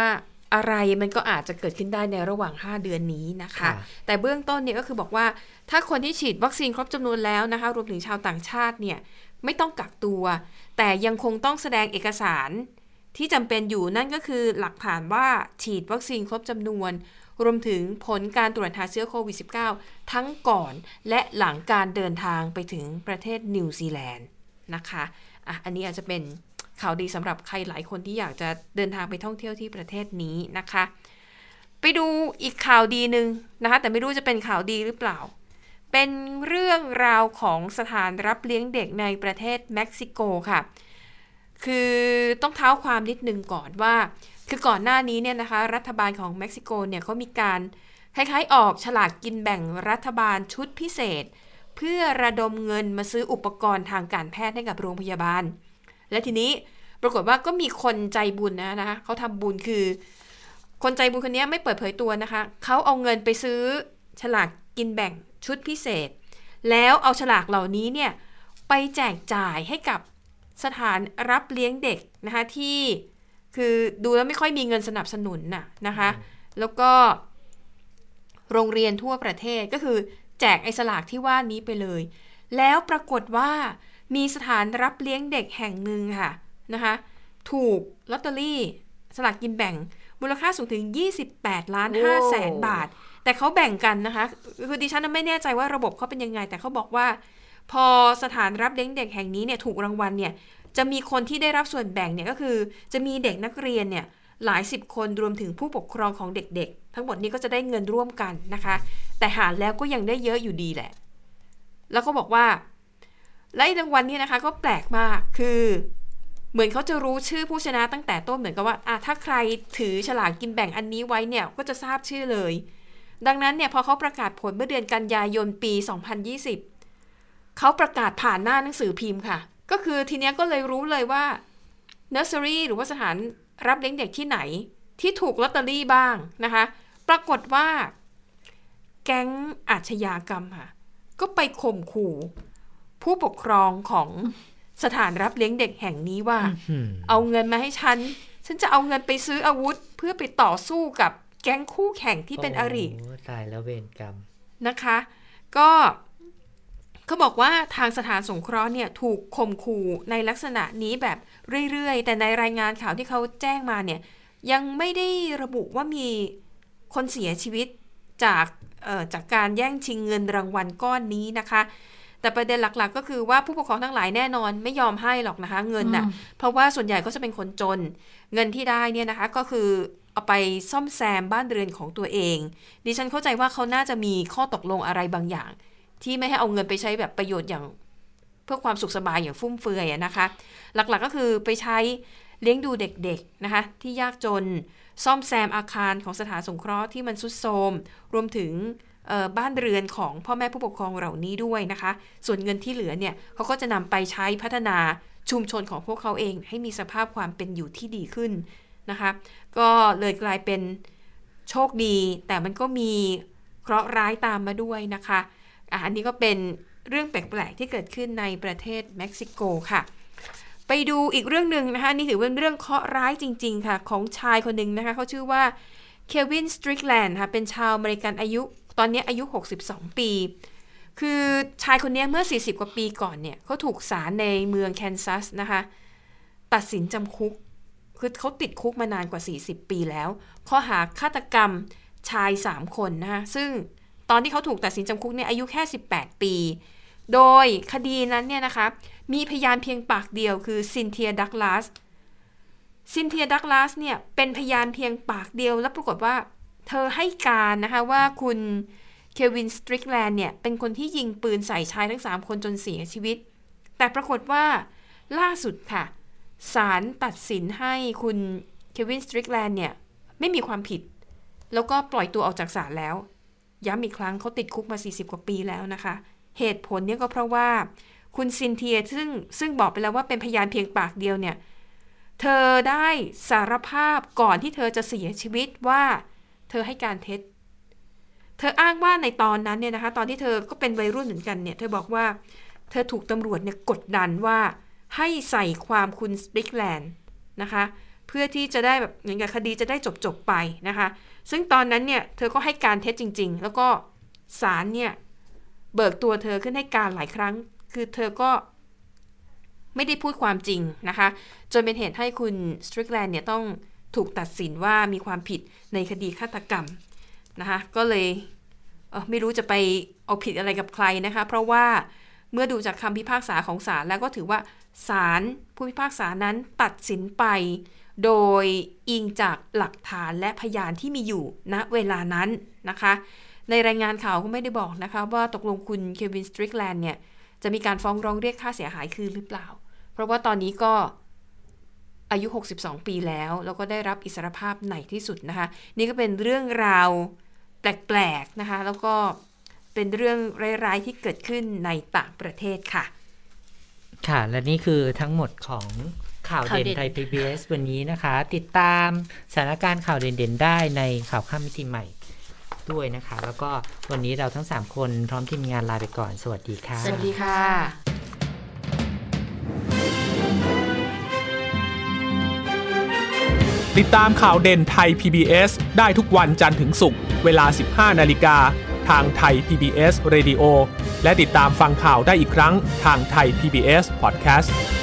[SPEAKER 6] อะไรมันก็อาจจะเกิดขึ้นได้ในระหว่างห้าเดือนนี้นะคะแต่เบื้องต้นเนี่ยก็คือบอกว่าถ้าคนที่ฉีดวัคซีนครบจำนวนแล้วนะคะรวมถึงชาวต่างชาติเนี่ยไม่ต้องกักตัวแต่ยังคงต้องแสดงเอกสารที่จำเป็นอยู่นั่นก็คือหลักฐานว่าฉีดวัคซีนครบจำนวนรวมถึงผลการตรวจหาเชื้อโควิด สิบเก้า ทั้งก่อนและหลังการเดินทางไปถึงประเทศนิวซีแลนด์นะคะอ่ะอันนี้อาจจะเป็นข่าวดีสำหรับใครหลายคนที่อยากจะเดินทางไปท่องเที่ยวที่ประเทศนี้นะคะไปดูอีกข่าวดีนึงนะคะแต่ไม่รู้จะเป็นข่าวดีหรือเปล่าเป็นเรื่องราวของสถานรับเลี้ยงเด็กในประเทศเม็กซิโกค่ะคือต้องเท้าความนิดนึงก่อนว่าคือก่อนหน้านี้เนี่ยนะคะรัฐบาลของเม็กซิโกเนี่ยเขามีการคล้ายๆออกฉลากกินแบ่งรัฐบาลชุดพิเศษเพื่อระดมเงินมาซื้ออุปกรณ์ทางการแพทย์ให้กับโรงพยาบาลและทีนี้ปรากฏว่าก็มีคนใจบุญนะนะคะเขาทำบุญคือคนใจบุญคนนี้ไม่เปิดเผยตัวนะคะเขาเอาเงินไปซื้อฉลากกินแบ่งชุดพิเศษแล้วเอาฉลากเหล่านี้เนี่ยไปแจกจ่ายให้กับสถานรับเลี้ยงเด็กนะคะที่คือดูแล้วไม่ค่อยมีเงินสนับสนุนน่ะนะคะแล้วก็โรงเรียนทั่วประเทศก็คือแจกไอ้สลากที่ว่านี้ไปเลยแล้วปรากฏว่ามีสถานรับเลี้ยงเด็กแห่งหนึ่งค่ะนะคะถูกลอตเตอรี่สลากกินแบ่งมูลค่าสูงถึงยี่สิบแปดล้านห้าแสนบาทแต่เขาแบ่งกันนะคะคือดิฉันไม่แน่ใจว่าระบบเขาเป็นยังไงแต่เขาบอกว่าพอสถานรับเลี้ยงเด็กแห่งนี้เนี่ยถูกรางวัลเนี่ยจะมีคนที่ได้รับส่วนแบ่งเนี่ยก็คือจะมีเด็กนักเรียนเนี่ยหลายสิบคนรวมถึงผู้ปกครองของเด็กๆทั้งหมดนี้ก็จะได้เงินร่วมกันนะคะแต่หารแล้วก็ยังได้เยอะอยู่ดีแหละแล้วก็บอกว่าและรางวัลนี้นะคะก็แปลกมากคือเหมือนเขาจะรู้ชื่อผู้ชนะตั้งแต่ต้นเหมือนกับว่าอ่ะถ้าใครถือฉลากกินแบ่งอันนี้ไว้เนี่ยก็จะทราบชื่อเลยดังนั้นเนี่ยพอเขาประกาศผลเมื่อเดือนกันยายนปีสองพันยี่สิบเขาประกาศผ่านหน้าหนังสือพิมพ์ค่ะก็คือทีเนี้ยก็เลยรู้เลยว่าเนอร์เซอรี่หรือว่าสถานรับเลี้ยงเด็กที่ไหนที่ถูกลอตเตอรี่บ้างนะคะปรากฏว่าแก๊งอาชญากรรมค่ะก็ไปข่มขู่ผู้ปกครองของสถานรับเลี้ยงเด็กแห่งนี้ว่าเอาเงินมาให้ฉันฉันจะเอาเงินไปซื้ออาวุธเพื่อไปต่อสู้กับแก๊งคู่แข่งที่เป็นอริ
[SPEAKER 3] ตายแล้วเวรกรรม
[SPEAKER 6] นะคะก็เขาบอกว่าทางสถานสงเคราะห์เนี่ยถูกข่มขู่ในลักษณะนี้แบบเรื่อยๆแต่ในรายงานข่าวที่เขาแจ้งมาเนี่ยยังไม่ได้ระบุว่ามีคนเสียชีวิตจากเอ่อจากการแย่งชิงเงินรางวัลก้อนนี้นะคะแต่ประเด็นหลักๆก็คือว่าผู้ปกครองทั้งหลายแน่นอนไม่ยอมให้หรอกนะคะเงินน่ะเพราะว่าส่วนใหญ่ก็จะเป็นคนจนเงินที่ได้เนี่ยนะคะก็คือเอาไปซ่อมแซมบ้านเรือนของตัวเองดิฉันเข้าใจว่าเขาน่าจะมีข้อตกลงอะไรบางอย่างที่ไม่ให้เอาเงินไปใช้แบบประโยชน์อย่างเพื่อความสุขสบายอย่างฟุ่มเฟือยนะคะหลักๆก็คือไปใช้เลี้ยงดูเด็กๆนะคะที่ยากจนซ่อมแซมอาคารของสถานสงเคราะห์ที่มันทรุดโทรมรวมถึงบ้านเรือนของพ่อแม่ผู้ปกครองเหล่านี้ด้วยนะคะส่วนเงินที่เหลือเนี่ยเขาก็จะนำไปใช้พัฒนาชุมชนของพวกเขาเองให้มีสภาพความเป็นอยู่ที่ดีขึ้นนะคะก็เลยกลายเป็นโชคดีแต่มันก็มีเคราะห์ร้ายตามมาด้วยนะคะอันนี้ก็เป็นเรื่องแปลกๆที่เกิดขึ้นในประเทศเม็กซิโกค่ะไปดูอีกเรื่องนึงนะคะนี่ถือเป็นเรื่องเคราะห์ร้ายจริงๆค่ะของชายคนหนึ่งนะคะเขาชื่อว่าเควินสตริกแลนด์ค่ะเป็นชาวอเมริกันอายุตอนนี้อายุหกสิบสองปีคือชายคนนี้เมื่อสี่สิบกว่าปีก่อนเนี่ยเขาถูกศาลในเมืองแคนซัสนะคะตัดสินจำคุกคือเขาติดคุกมานานกว่าสี่สิบปีแล้วข้อหาฆาตกรรมชายสามคนนะคะซึ่งตอนที่เขาถูกตัดสินจำคุกเนี่ยอายุแค่สิบแปดปีโดยคดีนั้นเนี่ยนะคะมีพยานเพียงปากเดียวคือซินเทียดักลาสซินเทียดักลาสเนี่ยเป็นพยานเพียงปากเดียวแล้วปรากฏว่าเธอให้การนะคะว่าคุณเควินสตริกแลนด์เนี่ยเป็นคนที่ยิงปืนใส่ชายทั้งสามคนจนเสียชีวิตแต่ปรากฏว่าล่าสุดค่ะศาลตัดสินให้คุณเควินสตริกแลนด์เนี่ยไม่มีความผิดแล้วก็ปล่อยตัวออกจากศาลแล้วย้ำอีกครั้งเขาติดคุกมาสี่สิบกว่าปีแล้วนะคะเหตุผลเนี่ยก็เพราะว่าคุณซินเทียซึ่งซึ่งบอกไปแล้วว่าเป็นพยานเพียงปากเดียวเนี่ยเธอได้สารภาพก่อนที่เธอจะเสียชีวิตว่าเธอให้การเท็จเธออ้างว่าในตอนนั้นเนี่ยนะคะตอนที่เธอก็เป็นวัยรุ่นเหมือนกันเนี่ยเธอบอกว่าเธอถูกตำรวจเนี่ยกดดันว่าให้ใส่ความคุณสตริกแลนด์นะคะเพื่อที่จะได้แบบอย่างกับคดีจะได้จบๆไปนะคะซึ่งตอนนั้นเนี่ยเธอก็ให้การเท็จจริงๆแล้วก็ศาลเนี่ยเบิกตัวเธอขึ้นให้การหลายครั้งคือเธอก็ไม่ได้พูดความจริงนะคะจนเป็นเหตุให้คุณสตริกแลนด์เนี่ยต้องถูกตัดสินว่ามีความผิดในคดีฆาตกรรมนะคะก็เลยเออไม่รู้จะไปเอาผิดอะไรกับใครนะคะเพราะว่าเมื่อดูจากคำพิพากษาของศาลแล้วก็ถือว่าศาลผู้พิพากษานั้นตัดสินไปโดยอิงจากหลักฐานและพยานที่มีอยู่ณเวลานั้นนะคะในรายงานข่าวก็ไม่ได้บอกนะคะว่าตกลงคุณเควินสตริกแลนด์เนี่ยจะมีการฟ้องร้องเรียกค่าเสียหายคืนหรือเปล่าเพราะว่าตอนนี้ก็อายุหกสิบสองปีแล้วแล้วก็ได้รับอิสรภาพในที่สุดนะคะนี่ก็เป็นเรื่องราวแปลกๆนะคะแล้วก็เป็นเรื่องร้ายๆที่เกิดขึ้นในต่างประเทศค่ะ
[SPEAKER 3] ค่ะและนี่คือทั้งหมดของข่าวเด่นไทย พี บี เอส วันนี้นะคะติดตามสถานการณ์ข่าวเด่นๆได้ในข่าวค่ำมิติใหม่ด้วยนะคะแล้วก็วันนี้เราทั้งสามคนพร้อมทีมงานลาไปก่อนสวัสดีค่ะ
[SPEAKER 6] สวัสดีค่ะ
[SPEAKER 1] ติดตามข่าวเด่นไทย พี บี เอส ได้ทุกวันจันทร์ถึงศุกร์เวลา สิบห้านาฬิกาทางไทย พี บี เอส Radio และติดตามฟังข่าวได้อีกครั้งทางไทย พี บี เอส Podcast